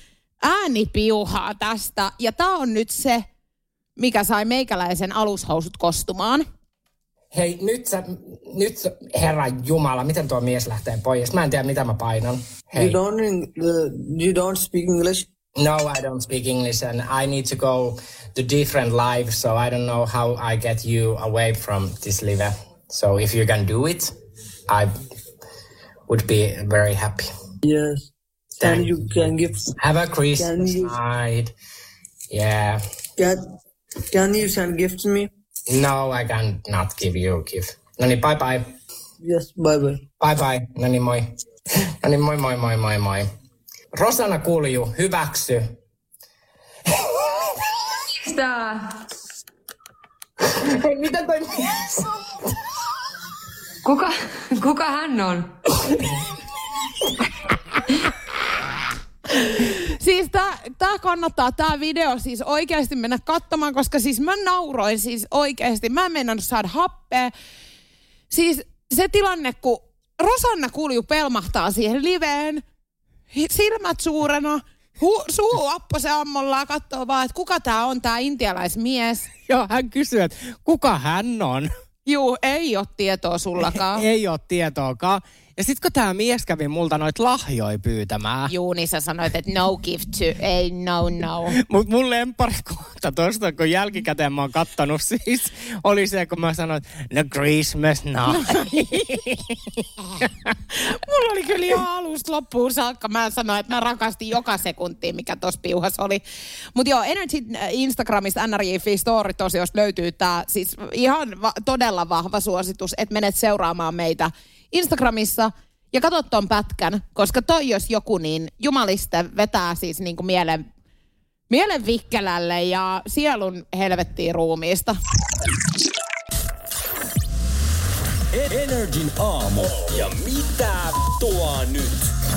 äänipiuhaa tästä. Ja tää on nyt se, mikä sai meikäläisen alushousut kostumaan. Hei, nyt sä, nyt sä, Herran Jumala, miten tuo mies lähtee pois? Mä en tiedä, mitä mä painan. Hei. You don't, uh, you don't speak English? No, I don't speak English and I need to go to different live, so I don't know how I get you away from this live. So if you can do it, I would be very happy. Yes. Thank and you can give... Have a Christmas you, night. Yeah. Can, can you send gifts to me? No, I can not give you a gift. No niin, bye bye. Yes, bye bye. Bye bye. No niin, moi. No niin, moi moi moi moi moi. Rosanna Kulju, hyväksy. Mitä? Hei, mitä toi mies? Kuka, kuka hän on? Siis tää, tää kannattaa tää video siis oikeasti mennä katsomaan, koska siis mä nauroin siis oikeasti. Mä en meinannut saada happea. Siis se tilanne, kun Rosanna Kulju pelmahtaa siihen liveen, silmät suurena, hu, suu appo se ammollaan, katsoo vaan, että kuka tää on, tää intialaismies. Joo, hän kysyy, että kuka hän on? Juu, ei ole tietoa sullakaan. Ei, ei ole tietoakaan. Ja sit kun tää mies kävi multa noit lahjoja pyytämään. Juu, niin sä sanoit, että no gift to, ei no no. Mut mun lempparikohta tosta, kun jälkikäteen mä oon kattonut siis, oli se, kun mä sanoin, no Christmas no. Mulla oli kyllä ihan alusta loppuun saakka. Mä sanoin, että mä rakastin joka sekuntia, mikä tossa piuhas oli. Mut joo, Energy Instagramista N R J F Story-tosiosta löytyy tää siis ihan va- todella vahva suositus, että menet seuraamaan meitä Instagramissa ja katsot ton pätkän, koska toi jos joku, niin jumaliste vetää siis niinku mielen, mielen vikkelälle ja sielun helvettiin ruumiista. Energin aamu. Ja mitä tuo nyt?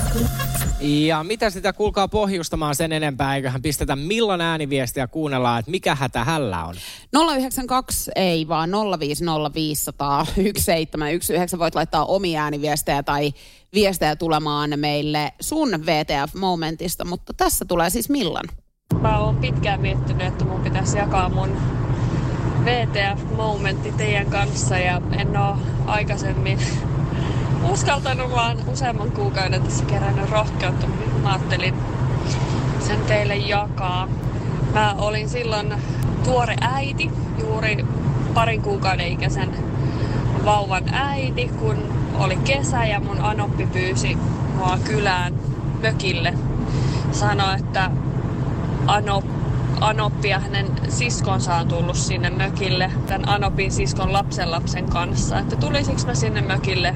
Ja mitä sitä kuulkaa pohjustamaan sen enempää, eiköhän pistetä milloin ääniviestiä ja kuunnellaan, että mikä hätä hällä on. nolla yhdeksän kaksi ei vaan nolla viisi nolla viisi nolla nolla yksi seitsemän yksi yhdeksän voit laittaa omia ääniviestejä tai viestejä tulemaan meille sun V T F-momentista, mutta tässä tulee siis Millan. Mä oon pitkään miettinyt, että mun pitäisi jakaa mun V T F-momentti teidän kanssa ja en oo aikaisemmin uskaltanut vaan useamman kuukauden tässä kerännyt rohkeutta, mutta mä ajattelin sen teille jakaa. Mä olin silloin tuore äiti, juuri parin kuukauden ikäisen vauvan äiti, kun oli kesä ja mun anoppi pyysi mua kylään mökille. Sanoi, että anop, anoppi ja hänen siskonsa on tullut sinne mökille tämän anopin siskon lapsenlapsen kanssa. Että tulisiko mä sinne mökille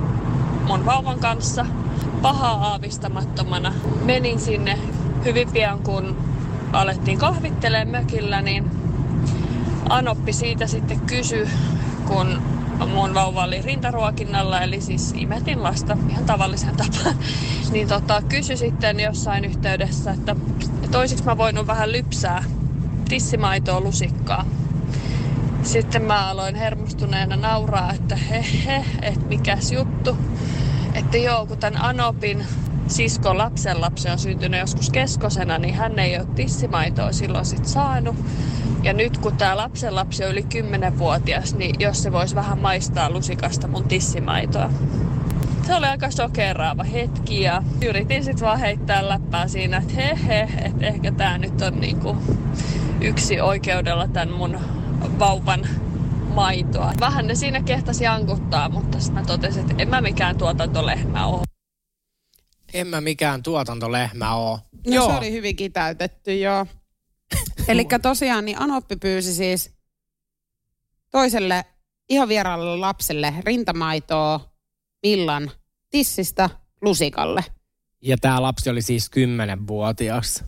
mun vauvan kanssa pahaa aavistamattomana. Menin sinne hyvin pian, kun alettiin kahvittelemaan mökillä, niin anoppi siitä sitten kysyi, kun mun vauva oli rintaruokinnalla, eli siis imetin lasta ihan tavallisen tapaan, niin tota, kysyi sitten jossain yhteydessä, että, että olisiko mä voinut vähän lypsää tissimaitoa lusikkaa. Sitten mä aloin hermostuneena nauraa, että he he, että mikäs juttu. Että joo, kun tämän anopin siskon lapsenlapsi on syntynyt joskus keskosena, niin hän ei ole tissimaitoa silloin sit saanut. Ja nyt kun tämä lapsenlapsi on yli kymmenvuotias, niin jos se voisi vähän maistaa lusikasta mun tissimaitoa. Se oli aika shokeraava hetki ja yritin sitten vaan heittää läppää siinä, että he he, että ehkä tää nyt on niinku yksi oikeudella tämän mun vauvan maitoa. Vähän ne siinä kehtasi jankuttaa, mutta sitten mä totesin, että en mä mikään tuotantolehmä oo. En mä mikään tuotantolehmä oo. No joo. Se oli hyvin kitäytetty, joo. Elikkä tosiaan niin anoppi pyysi siis toiselle ihan vieraalle lapselle rintamaitoa Millan tissistä lusikalle. Ja tää lapsi oli siis kymmenvuotias.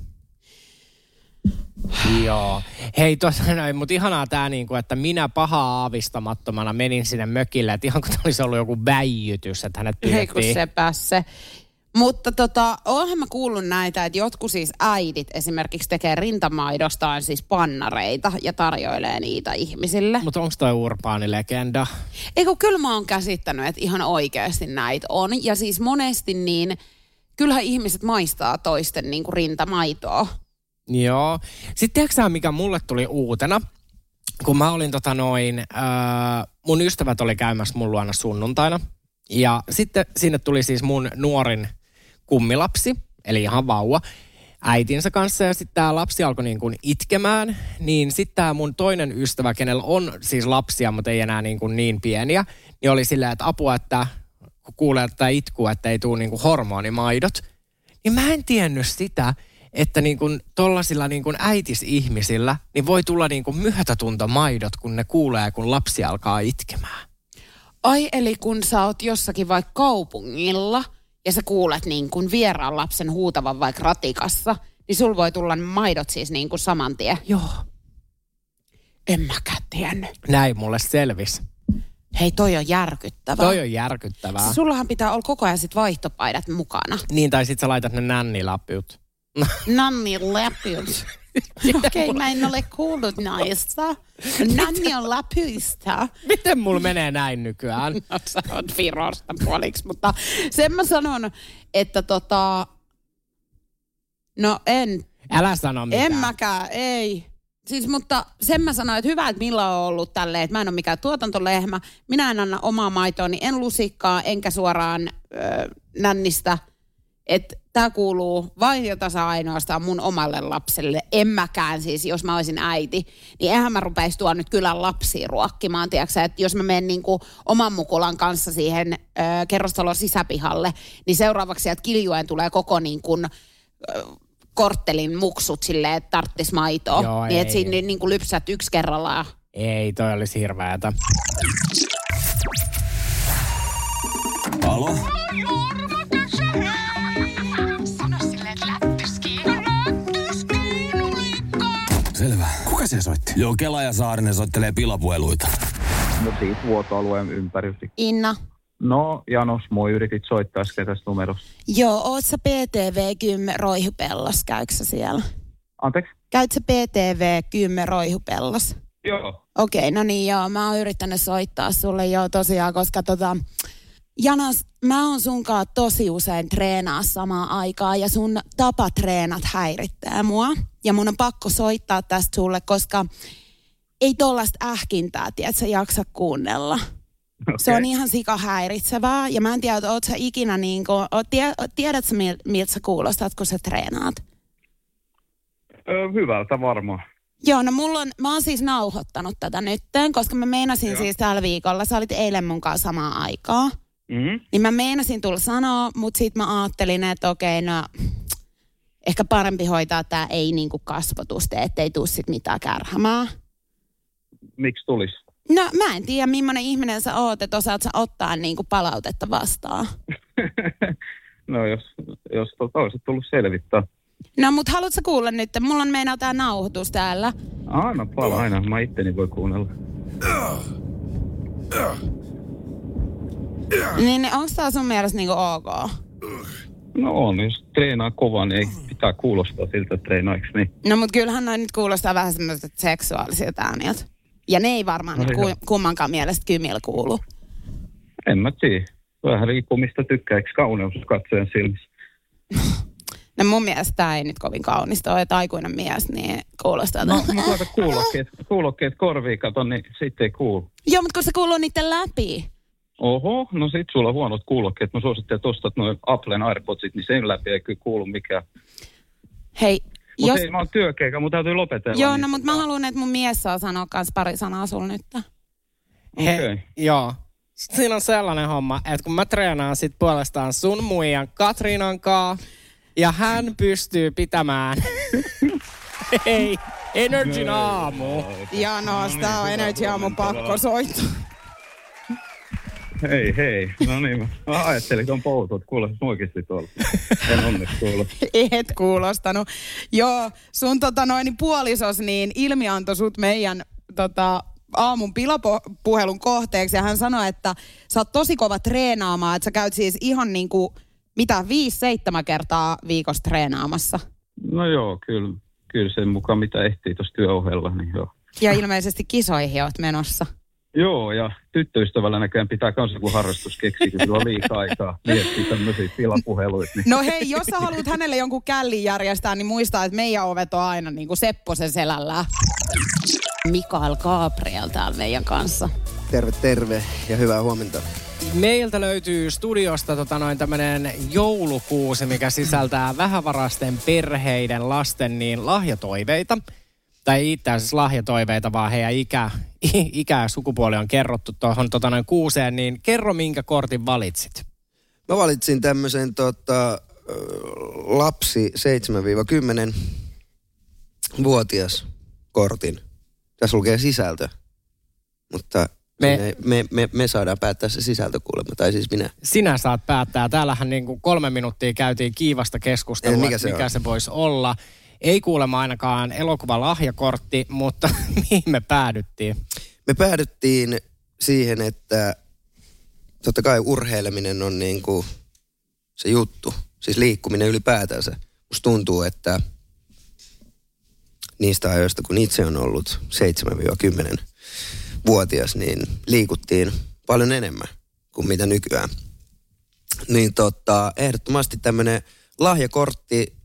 Joo. Hei tossa noin, mutta ihanaa tää niinku, että minä pahaa aavistamattomana menin sinne mökille, että ihan kun olisi ollut joku väijytys, että hänet pyydettiin. Hei kun se päässe. Mutta tota, oonhan mä kuullut näitä, että jotkut siis äidit esimerkiksi tekee rintamaidostaan siis pannareita ja tarjoilee niitä ihmisille. Mutta onko toi urbaani legenda? Eikö, kyllä mä oon käsittänyt, että ihan oikeasti näitä on. Ja siis monesti niin, kyllähän ihmiset maistaa toisten niin kuin rintamaitoa. Joo. Sitten tiedätkö mikä mulle tuli uutena? Kun mä olin tota noin, äh, mun ystävät oli käymässä mun luona sunnuntaina. Ja sitten sinne tuli siis mun nuorin kummilapsi, eli ihan vauva, äitinsä kanssa. Ja sitten tämä lapsi alkoi niin kuin itkemään. Niin sitten tämä mun toinen ystävä, kenellä on siis lapsia, mutta ei enää niin, kuin niin pieniä, niin oli silleen, että apua, että kun kuulee tätä itkua, että ei tule niin kuin hormonimaidot. Niin mä en tiennyt sitä, että niin kuin tollasilla niin kuin äitisihmisillä niin voi tulla niin kuin myötätuntomaidot, kun ne kuulee, kun lapsi alkaa itkemään. Ai, eli kun sä oot jossakin vaikka kaupungilla ja sä kuulet niin kuin vieraan lapsen huutavan vaikka ratikassa, niin sul voi tulla maidot siis niin kuin saman tien. Joo. En mäkään tiennyt. Näin mulle selvisi. Hei, toi on järkyttävää. Toi on järkyttävää. Sullahan pitää olla koko ajan sit vaihtopaidat mukana. Niin, tai sit sä laitat ne nännilapiut. Nanni läpyt. Okei, okay, mä en ole kuullut naista. Nanni on läpyistä. Miten mulla menee näin nykyään? No, sä oot Virosta puoliksi, mutta sen mä sanon, että tota... No en. Älä sano mitään. En mäkään, ei. Siis, mutta sen mä sanoin, että hyvä, että Milla on ollut tälleen, että mä en ole mikään tuotantolehmä. Minä en anna omaa maitoani, en lusikkaa, enkä suoraan ö, nännistä. Että tää kuuluu vain ja tasa ainoastaan mun omalle lapselle. En mäkään siis, jos mä olisin äiti, niin eihän mä rupeisi tuon nyt kylän lapsia ruokkimaan, tiiäksä, että jos mä menen niinku oman mukulan kanssa siihen ö, kerrostalon sisäpihalle, niin seuraavaksi sieltä kiljuen tulee koko niin kuin... Ö, korttelin muksut silleen, että tarttis maitoa. Joo, niin, että ei. siinä niin kuin lypsät yksi kerrallaan. Ei, toi olisi hirveätä. Alo? Selvä. Kuka se soitti? Joo, Kela ja Saarinen soittelee pilapueluita. No siitä vuotoalueen ympäriltä. Inna. No, Janos, moi, yritit soittaa äsken tästä numerosta. Joo, oot sä P T V kymmenen Roihupellas, käytkö sä siellä? Anteeksi? Käytkö sä P T V kymmenen Roihupellas? Joo. Okei, okay, no niin joo, mä oon yrittänyt soittaa sulle joo tosiaan, koska tota... Janos, mä oon sunkaan tosi usein treenaa samaan aikaan ja sun tapa treenat häirittää mua. Ja mun on pakko soittaa tästä sulle, koska ei tollaista ähkintää, tiedät sä jaksa kuunnella. Okay. Se on ihan sika häiritsevää ja mä en tiedä, että oot sä ikinä niin kuin, tie, tiedätkö miltä sä kuulostat, kun sä treenaat? Öö, hyvältä varmaan. Joo, no mulla on, mä oon siis nauhoittanut tätä nytten, koska mä meinasin Joo. siis tällä viikolla, sä olit eilen mun kanssa samaan aikaan. Mm-hmm. Niin mä meinasin tulla sanoa, mutta sit mä ajattelin, että okei, no ehkä parempi hoitaa tää ei niinku kasvotuste, ettei tuu sit mitään kärhämää. Miksi tulis? No mä en tiedä, millainen ihminen sä oot, että osaat sä ottaa niinku palautetta vastaan. No jos, jos tota olisit tullut selvittää. No mut haluat sä kuulla nyt, mulla on meinaa tää nauhoitus täällä. Anna pala aina, mä itteni voi kuunnella. Niin onko tää sun mielestä niinku ok? No on, jos treenaa kovaa, niin ei pitää kuulostaa siltä treenaiksi. Niin. No mut kyllähän noin nyt kuulostaa vähän semmoiset seksuaalisilta ääniltä. Ja ne ei varmaan no, nyt ku, kummankaan mielestä kymillä kuulu. En mä tiedä. Vähän riippuu mistä tykkää, eikö kauneus katsojan silmissä? No mun mielestä tää ei nyt kovin kaunista ole, että aikuinen mies, niin kuulostaa. No, mutta laita kuulokkeet, kuulokkeet korviin, kato, niin sitten ei kuulu. Joo, mutta kun se kuuluu niiden läpi. Oho, no sit sulla on huonot kuulokkeet. Mä suosittelen, että ostat noin Applen AirPodsit, niin sen läpi ei kyllä kuulu mikään. Hei, Mutta jos... ei, mä oon työkeikä, mun täytyy lopetella. Joo, niin no mutta mä haluan, että mun mies saa sanoa kans pari sanaa sulle nyt. Okei. Okay. Joo. Siinä on sellainen homma, että kun mä treenaan sit puolestaan sun muijan Katriinan kaa, ja hän pystyy pitämään, hei, Energyn aamu. Ja no, sitä on Energy aamu pakko soittaa. Hei, hei. No niin, mä ajattelin, että on poutot. Kuulostat oikeasti tuolla. En onneksi kuulosta. Et kuulostanut. Joo, sun tota noin puolisos niin ilmi antoi sut meidän tota, aamun pilapuhelun kohteeksi. Ja hän sanoi, että sä oot tosi kova treenaamaan. Että sä käyt siis ihan niinku, mitä, viisi, seitsemän kertaa viikossa treenaamassa. No joo, kyllä. Kyllä sen mukaan mitä ehtii tuossa työohjelma, niin joo. Ja ilmeisesti kisoihin oot menossa. Joo, ja tyttöystävällä näköjään pitää kans joku harrastus keksiä, kun sillä on liikaa aikaa miettiä tämmöisiä pilapuheluita. Niin. No hei, jos sä haluat hänelle jonkun källin järjestää, niin muista, että meidän ovet on aina niin kuin Sepposen selällä. Mikael Gabriel täällä meidän kanssa. Terve, terve ja hyvää huomenta. Meiltä löytyy studiosta tota noin tämmönen joulukuusi, mikä sisältää vähävarasten perheiden lasten niin lahjatoiveita. Tai ei itse asiassa lahjatoiveita, vaan heidän ikä, ikä ja sukupuoli on kerrottu tuohon tota noin kuuseen, niin kerro minkä kortin valitsit? Mä valitsin tämmöisen tota, lapsi seitsemän kymmenen vuotias kortin. Tässä lukee sisältö, mutta me, me, me, me saadaan päättää se sisältö kuulemma, tai siis minä. Sinä saat päättää. Täällähän niin kuin kolme minuuttia käytiin kiivasta keskustelua, mikä se, mikä se voisi olla. Ei kuulemma ainakaan elokuvalahjakortti, mutta mihin me päädyttiin? Me päädyttiin siihen, että totta kai urheileminen on niin kuin se juttu. Siis liikkuminen ylipäätänsä. musta tuntuu, että niistä ajoista, kun itse on ollut seitsemän kymmenen vuotias, niin liikuttiin paljon enemmän kuin mitä nykyään. Niin tota, ehdottomasti tämmöinen lahjakortti,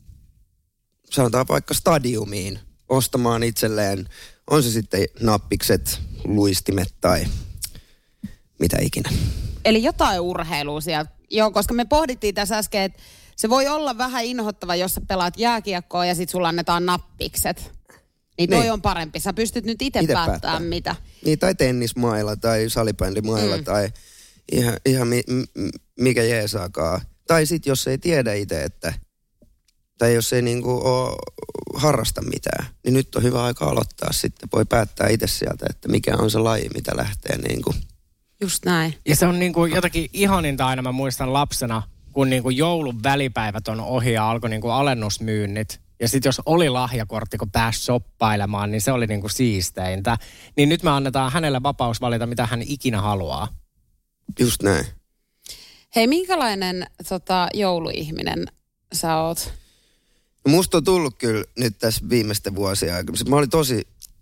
sanotaan vaikka stadiumiin, ostamaan itselleen, on se sitten nappikset, luistimet tai mitä ikinä. Eli jotain urheilua sieltä. Joo, koska me pohdittiin tässä äsken, että se voi olla vähän inhottava, jos sä pelaat jääkiekkoa ja sit sulla annetaan nappikset. Niin toi niin. On parempi. Sä pystyt nyt itse päättämään päättää. mitä. Niin, tai tennismailla tai salibändimailla mm. tai ihan, ihan mi, m, mikä jeesaakaan. Tai sit jos ei tiedä itse, että tai jos ei niinku ole harrasta mitään, niin nyt on hyvä aika aloittaa sitten. Voi päättää itse sieltä, että mikä on se laji, mitä lähtee niinku. Just näin. Ja se on niinku jotakin ihaninta aina, mä muistan lapsena, kun niinku joulun välipäivät on ohi ja alkoi niinku alennusmyynnit. Ja sitten jos oli lahjakortti, kun pääsi shoppailemaan, niin se oli niinku siisteintä. Niin nyt me annetaan hänelle vapaus valita, mitä hän ikinä haluaa. Just näin. Hei, minkälainen tota, jouluihminen sä oot? Musta on tullut kyllä nyt tässä viimeisten vuosien aikana. Mä olin tosi,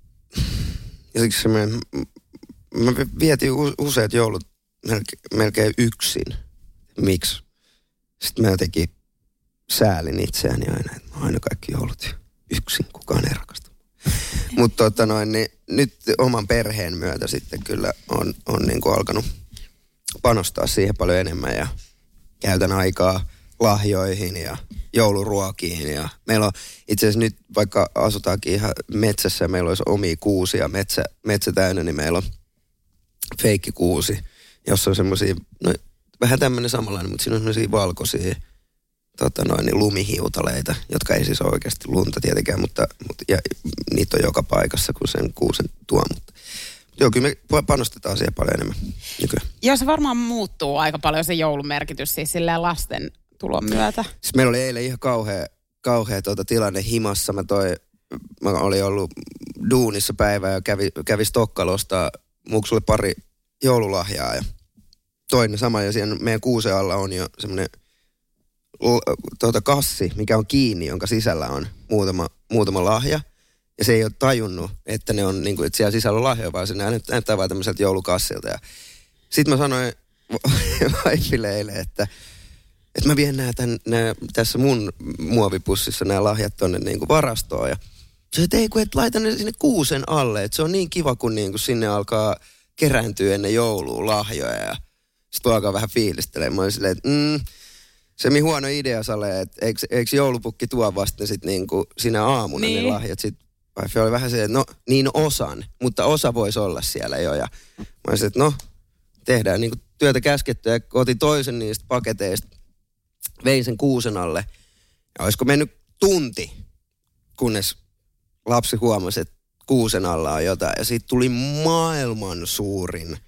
ja siksi semmoinen, mä vietin useat joulut melkein, melkein yksin. Miksi? Sitten mä jotenkin säälin itseäni aina, että mä oon aina kaikki joulut yksin, kukaan ei rakasta. Mutta tota noin, niin nyt oman perheen myötä sitten kyllä on, on niin kuin alkanut panostaa siihen paljon enemmän ja käytän aikaa lahjoihin ja jouluruokiin. Ja meillä on itse asiassa nyt, vaikka asutaankin ihan metsässä ja meillä olisi omia kuusia, metsä, metsä täynnä, niin meillä on feikkikuusi, jossa on semmoisia, no vähän tämmöinen samanlainen, mutta siinä on semmoisia valkoisia tota noin, niin lumihiutaleita, jotka ei siis ole oikeasti lunta tietenkään, mutta, mutta ja, niitä on joka paikassa, kun sen kuusen tuo. Mutta joo, kyllä me panostetaan siihen paljon enemmän nykyään. Joo, se varmaan muuttuu aika paljon se joulumerkitys siis silleen lasten tulon myötä. Siis meillä oli eilen ihan kauhea, kauhea tuota tilanne himassa. Mä, toi, mä olin ollut duunissa päivää ja kävi, kävi Stokkalosta muksulle pari joululahjaa ja toinen sama. Ja siellä meidän kuusen alla on jo semmoinen tuota kassi, mikä on kiinni, jonka sisällä on muutama, muutama lahja. Ja se ei ole tajunnut, että ne on niin kuin, että siellä sisällä on lahjoja, vaan se näyttää vaan tämmöiseltä joulukassilta. Ja sitten mä sanoin vaifille eilen, että että mä vien nää, tämän, nää tässä mun muovipussissa nämä lahjat tonne niin kuin varastoon. Ja se, että ei kun et laita ne sinne kuusen alle, että se on niin kiva, kun niin kuin sinne alkaa kerääntyä ennen joulua lahjoja. Ja sitten alkaa vähän fiilistelemään. Mä olin silleen, että mm, se mi huono idea, Sale, että eikö, eikö joulupukki tuo vasta sitten niin kuin sinä aamuna niin. Ne lahjat. Sitten vaifi oli vähän se, että no niin osan, mutta osa voisi olla siellä jo. Ja mä olisin, että no tehdään niin kuin työtä käskettyä ja otin toisen niistä paketeista. Vein sen kuusen alle. Ja olisiko mennyt tunti, kunnes lapsi huomasi, että kuusen alla on jotain. Ja siitä tuli maailman suurin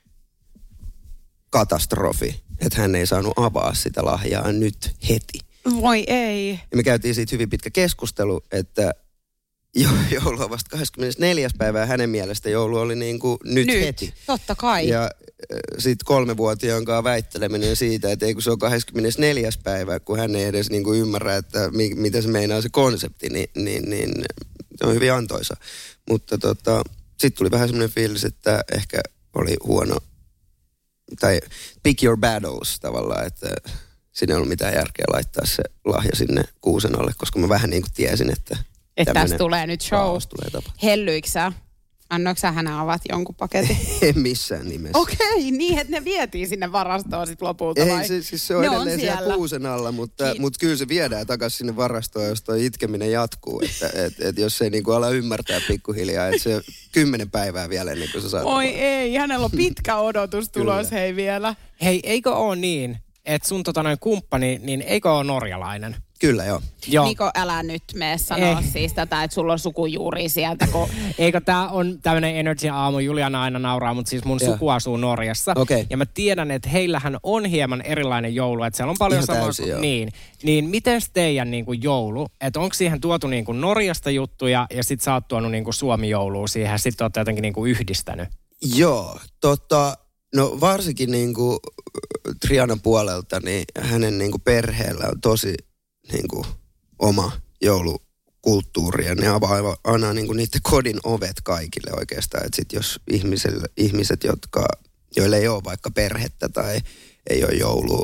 katastrofi, että hän ei saanut avaa sitä lahjaa nyt heti. Voi ei. Ja me käytiin siitä hyvin pitkä keskustelu, että joulu on vasta kahdeskymmenesneljäs päivä ja hänen mielestä joulu oli niin kuin nyt, nyt heti. Totta kai. Ja sitten kolmevuotiaan kanssa väitteleminen siitä, että ei kun se on kahdeskymmenesneljäs päivä, kun hän ei edes niin kuin ymmärrä, että mi- mitä se meinaa se konsepti, niin, niin, niin se on hyvin antoisa. Mutta tota, sitten tuli vähän semmoinen fiilis, että ehkä oli huono, tai pick your battles tavallaan, että siinä ei ollut mitään järkeä laittaa se lahja sinne kuusen alle, koska mä vähän niin kuin tiesin, että että tässä tulee nyt show. Tulee Hellyikö sä? Annoiko sä hänen avat jonkun paketin? En missään nimessä. Okei, okay, niin että ne vietiin sinne varastoon sitten lopulta vai? Ei, siis, siis se on ne edelleen on siellä. siellä kuusen alla, mutta, mutta kyllä se viedään takaisin sinne varastoon, jos toi itkeminen jatkuu. Että et, et jos ei niinku ala ymmärtää pikkuhiljaa, että se kymmenen päivää vielä ennen kuin sä saat. Oi ei, hänellä on pitkä odotus tulos hei vielä. Hei, eikö ole niin, että sun tota noin kumppani, niin eikö ole norjalainen? Kyllä, joo. joo. Niko, älä nyt mene sanoa Ei. siis tätä, että sulla on sukujuuri sieltä. Kun... Eikö tää on tämmöinen Energy-aamu, Juliana aina nauraa, mutta siis mun suku asuu Norjassa. Okay. Ja mä tiedän, että heillähän on hieman erilainen joulu, että siellä on paljon samaa kuin niin. Niin miten teidän niin kuin joulu, että onko siihen tuotu niin kuin Norjasta juttuja ja sit sä oot tuonut niin kuin Suomi-joulua siihen ja sit ootte jotenkin niin kuin yhdistänyt? Joo, tota, no varsinkin niin kuin Trianan puolelta, niin hänen niin kuin perheellä on tosi niin kuin oma joulukulttuuri ja ne avaa aina niin kuin niiden kodin ovet kaikille oikeastaan. Että sit jos ihmiset, jotka, joilla ei ole vaikka perhettä tai ei ole joulu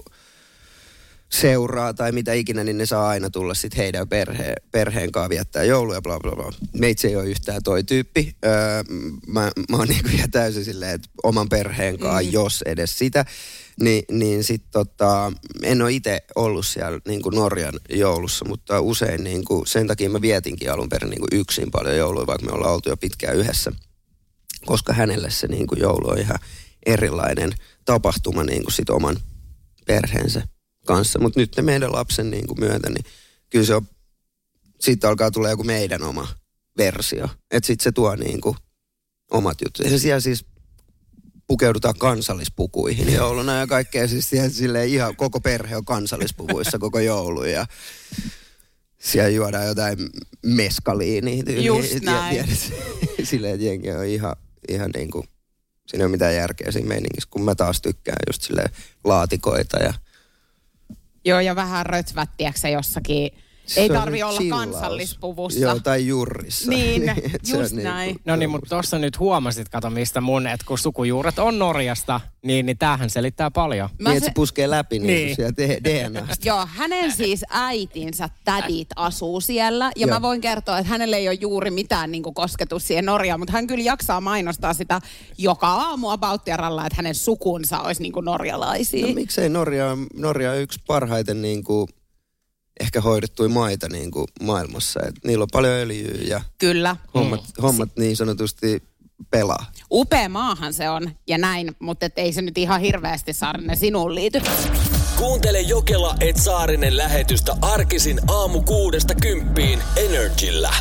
seuraa tai mitä ikinä, niin ne saa aina tulla sitten heidän perhe, perheen kanssa viettää joulua ja bla bla bla. Meitsi ei ole yhtään toi tyyppi. Öö, mä, mä oon niinku ihan täysin silleen, että oman perheen kanssa, mm. jos edes sitä, Ni, niin sit tota, en ole itse ollut siellä niinku Norjan joulussa, mutta usein niinku, sen takia mä vietinkin alun perin niinku yksin paljon joulua, vaikka me ollaan oltu jo pitkään yhdessä. Koska hänelle se niinku joulu on ihan erilainen tapahtuma niinku sit oman perheensä kanssa. Mutta nyt ne meidän lapsen niin kuin myötä, niin kyllä se on, siitä alkaa tulla joku meidän oma versio. Että sitten se tuo niin kuin omat jutut. Ja siellä siis pukeudutaan kansallispukuihin jouluna ja kaikkea. Siis siellä silleen ihan koko perhe on kansallispuvuissa koko joulu ja siellä juodaan jotain meskaliinia. Just näin. Silleen, että jengi on ihan, ihan niin kuin, siinä ei ole mitään järkeä siinä meiningissä, kun mä taas tykkään just silleen laatikoita ja joo, ja vähän rötvättiäksä jossakin. Se ei tarvi olla chillaus. Kansallispuvussa. Joo, tai jurrissa. Niin, just näin. Niin no niin, mutta tuossa nyt huomasit, kato mistä mun, että kun sukujuuret on Norjasta, niin, niin tämähän selittää paljon. Mä niin, se... että se puskee läpi niin, niin. Sieltä D N A:sta. Joo, hänen siis äitinsä tädit asuu siellä. Ja joo. Mä voin kertoa, että hänelle ei ole juuri mitään niin kuin kosketus siihen Norjaan, mutta hän kyllä jaksaa mainostaa sitä joka aamu About-Jaralla, että hänen sukunsa olisi niin kuin norjalaisia. No miksei Norja, Norja on yksi parhaiten niin kuin ehkä hoidettuja maita niin kuin maailmassa. Et niillä on paljon öljyä ja kyllä. Hommat, mm. hommat niin sanotusti pelaa. Upea maahan se on ja näin, mutta ei se nyt ihan hirveästi Saarinen sinuun liity. Kuuntele Jokela et Saarinen lähetystä arkisin aamu kuudesta kymppiin Energillä.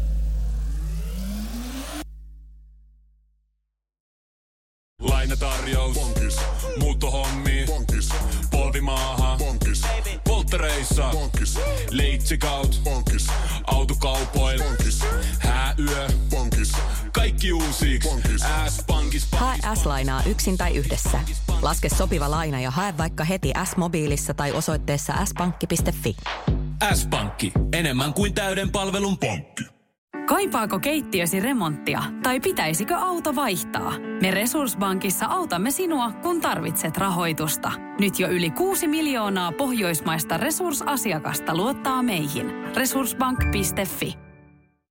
Lainatarjous. Bonkis. Muuttohommi. Bonkis. Polvimaaha. Bonkis. Polttereissa. Bonkis. Leitsikaut. Bonkis. Autokaupoil. Bonkis. Hääyö. Bonkis. Kaikki uusiiksi. S-pankis. Hae S-lainaa yksin tai yhdessä. Laske sopiva laina ja hae vaikka heti S-mobiilissa tai osoitteessa s pankki piste fi. S-pankki. Enemmän kuin täyden palvelun pankki. Kaipaako keittiösi remonttia tai pitäisikö auto vaihtaa? Me Resurssbankissa autamme sinua, kun tarvitset rahoitusta. Nyt jo yli kuusi miljoonaa pohjoismaista resursasiakasta luottaa meihin. resurssbank piste fi.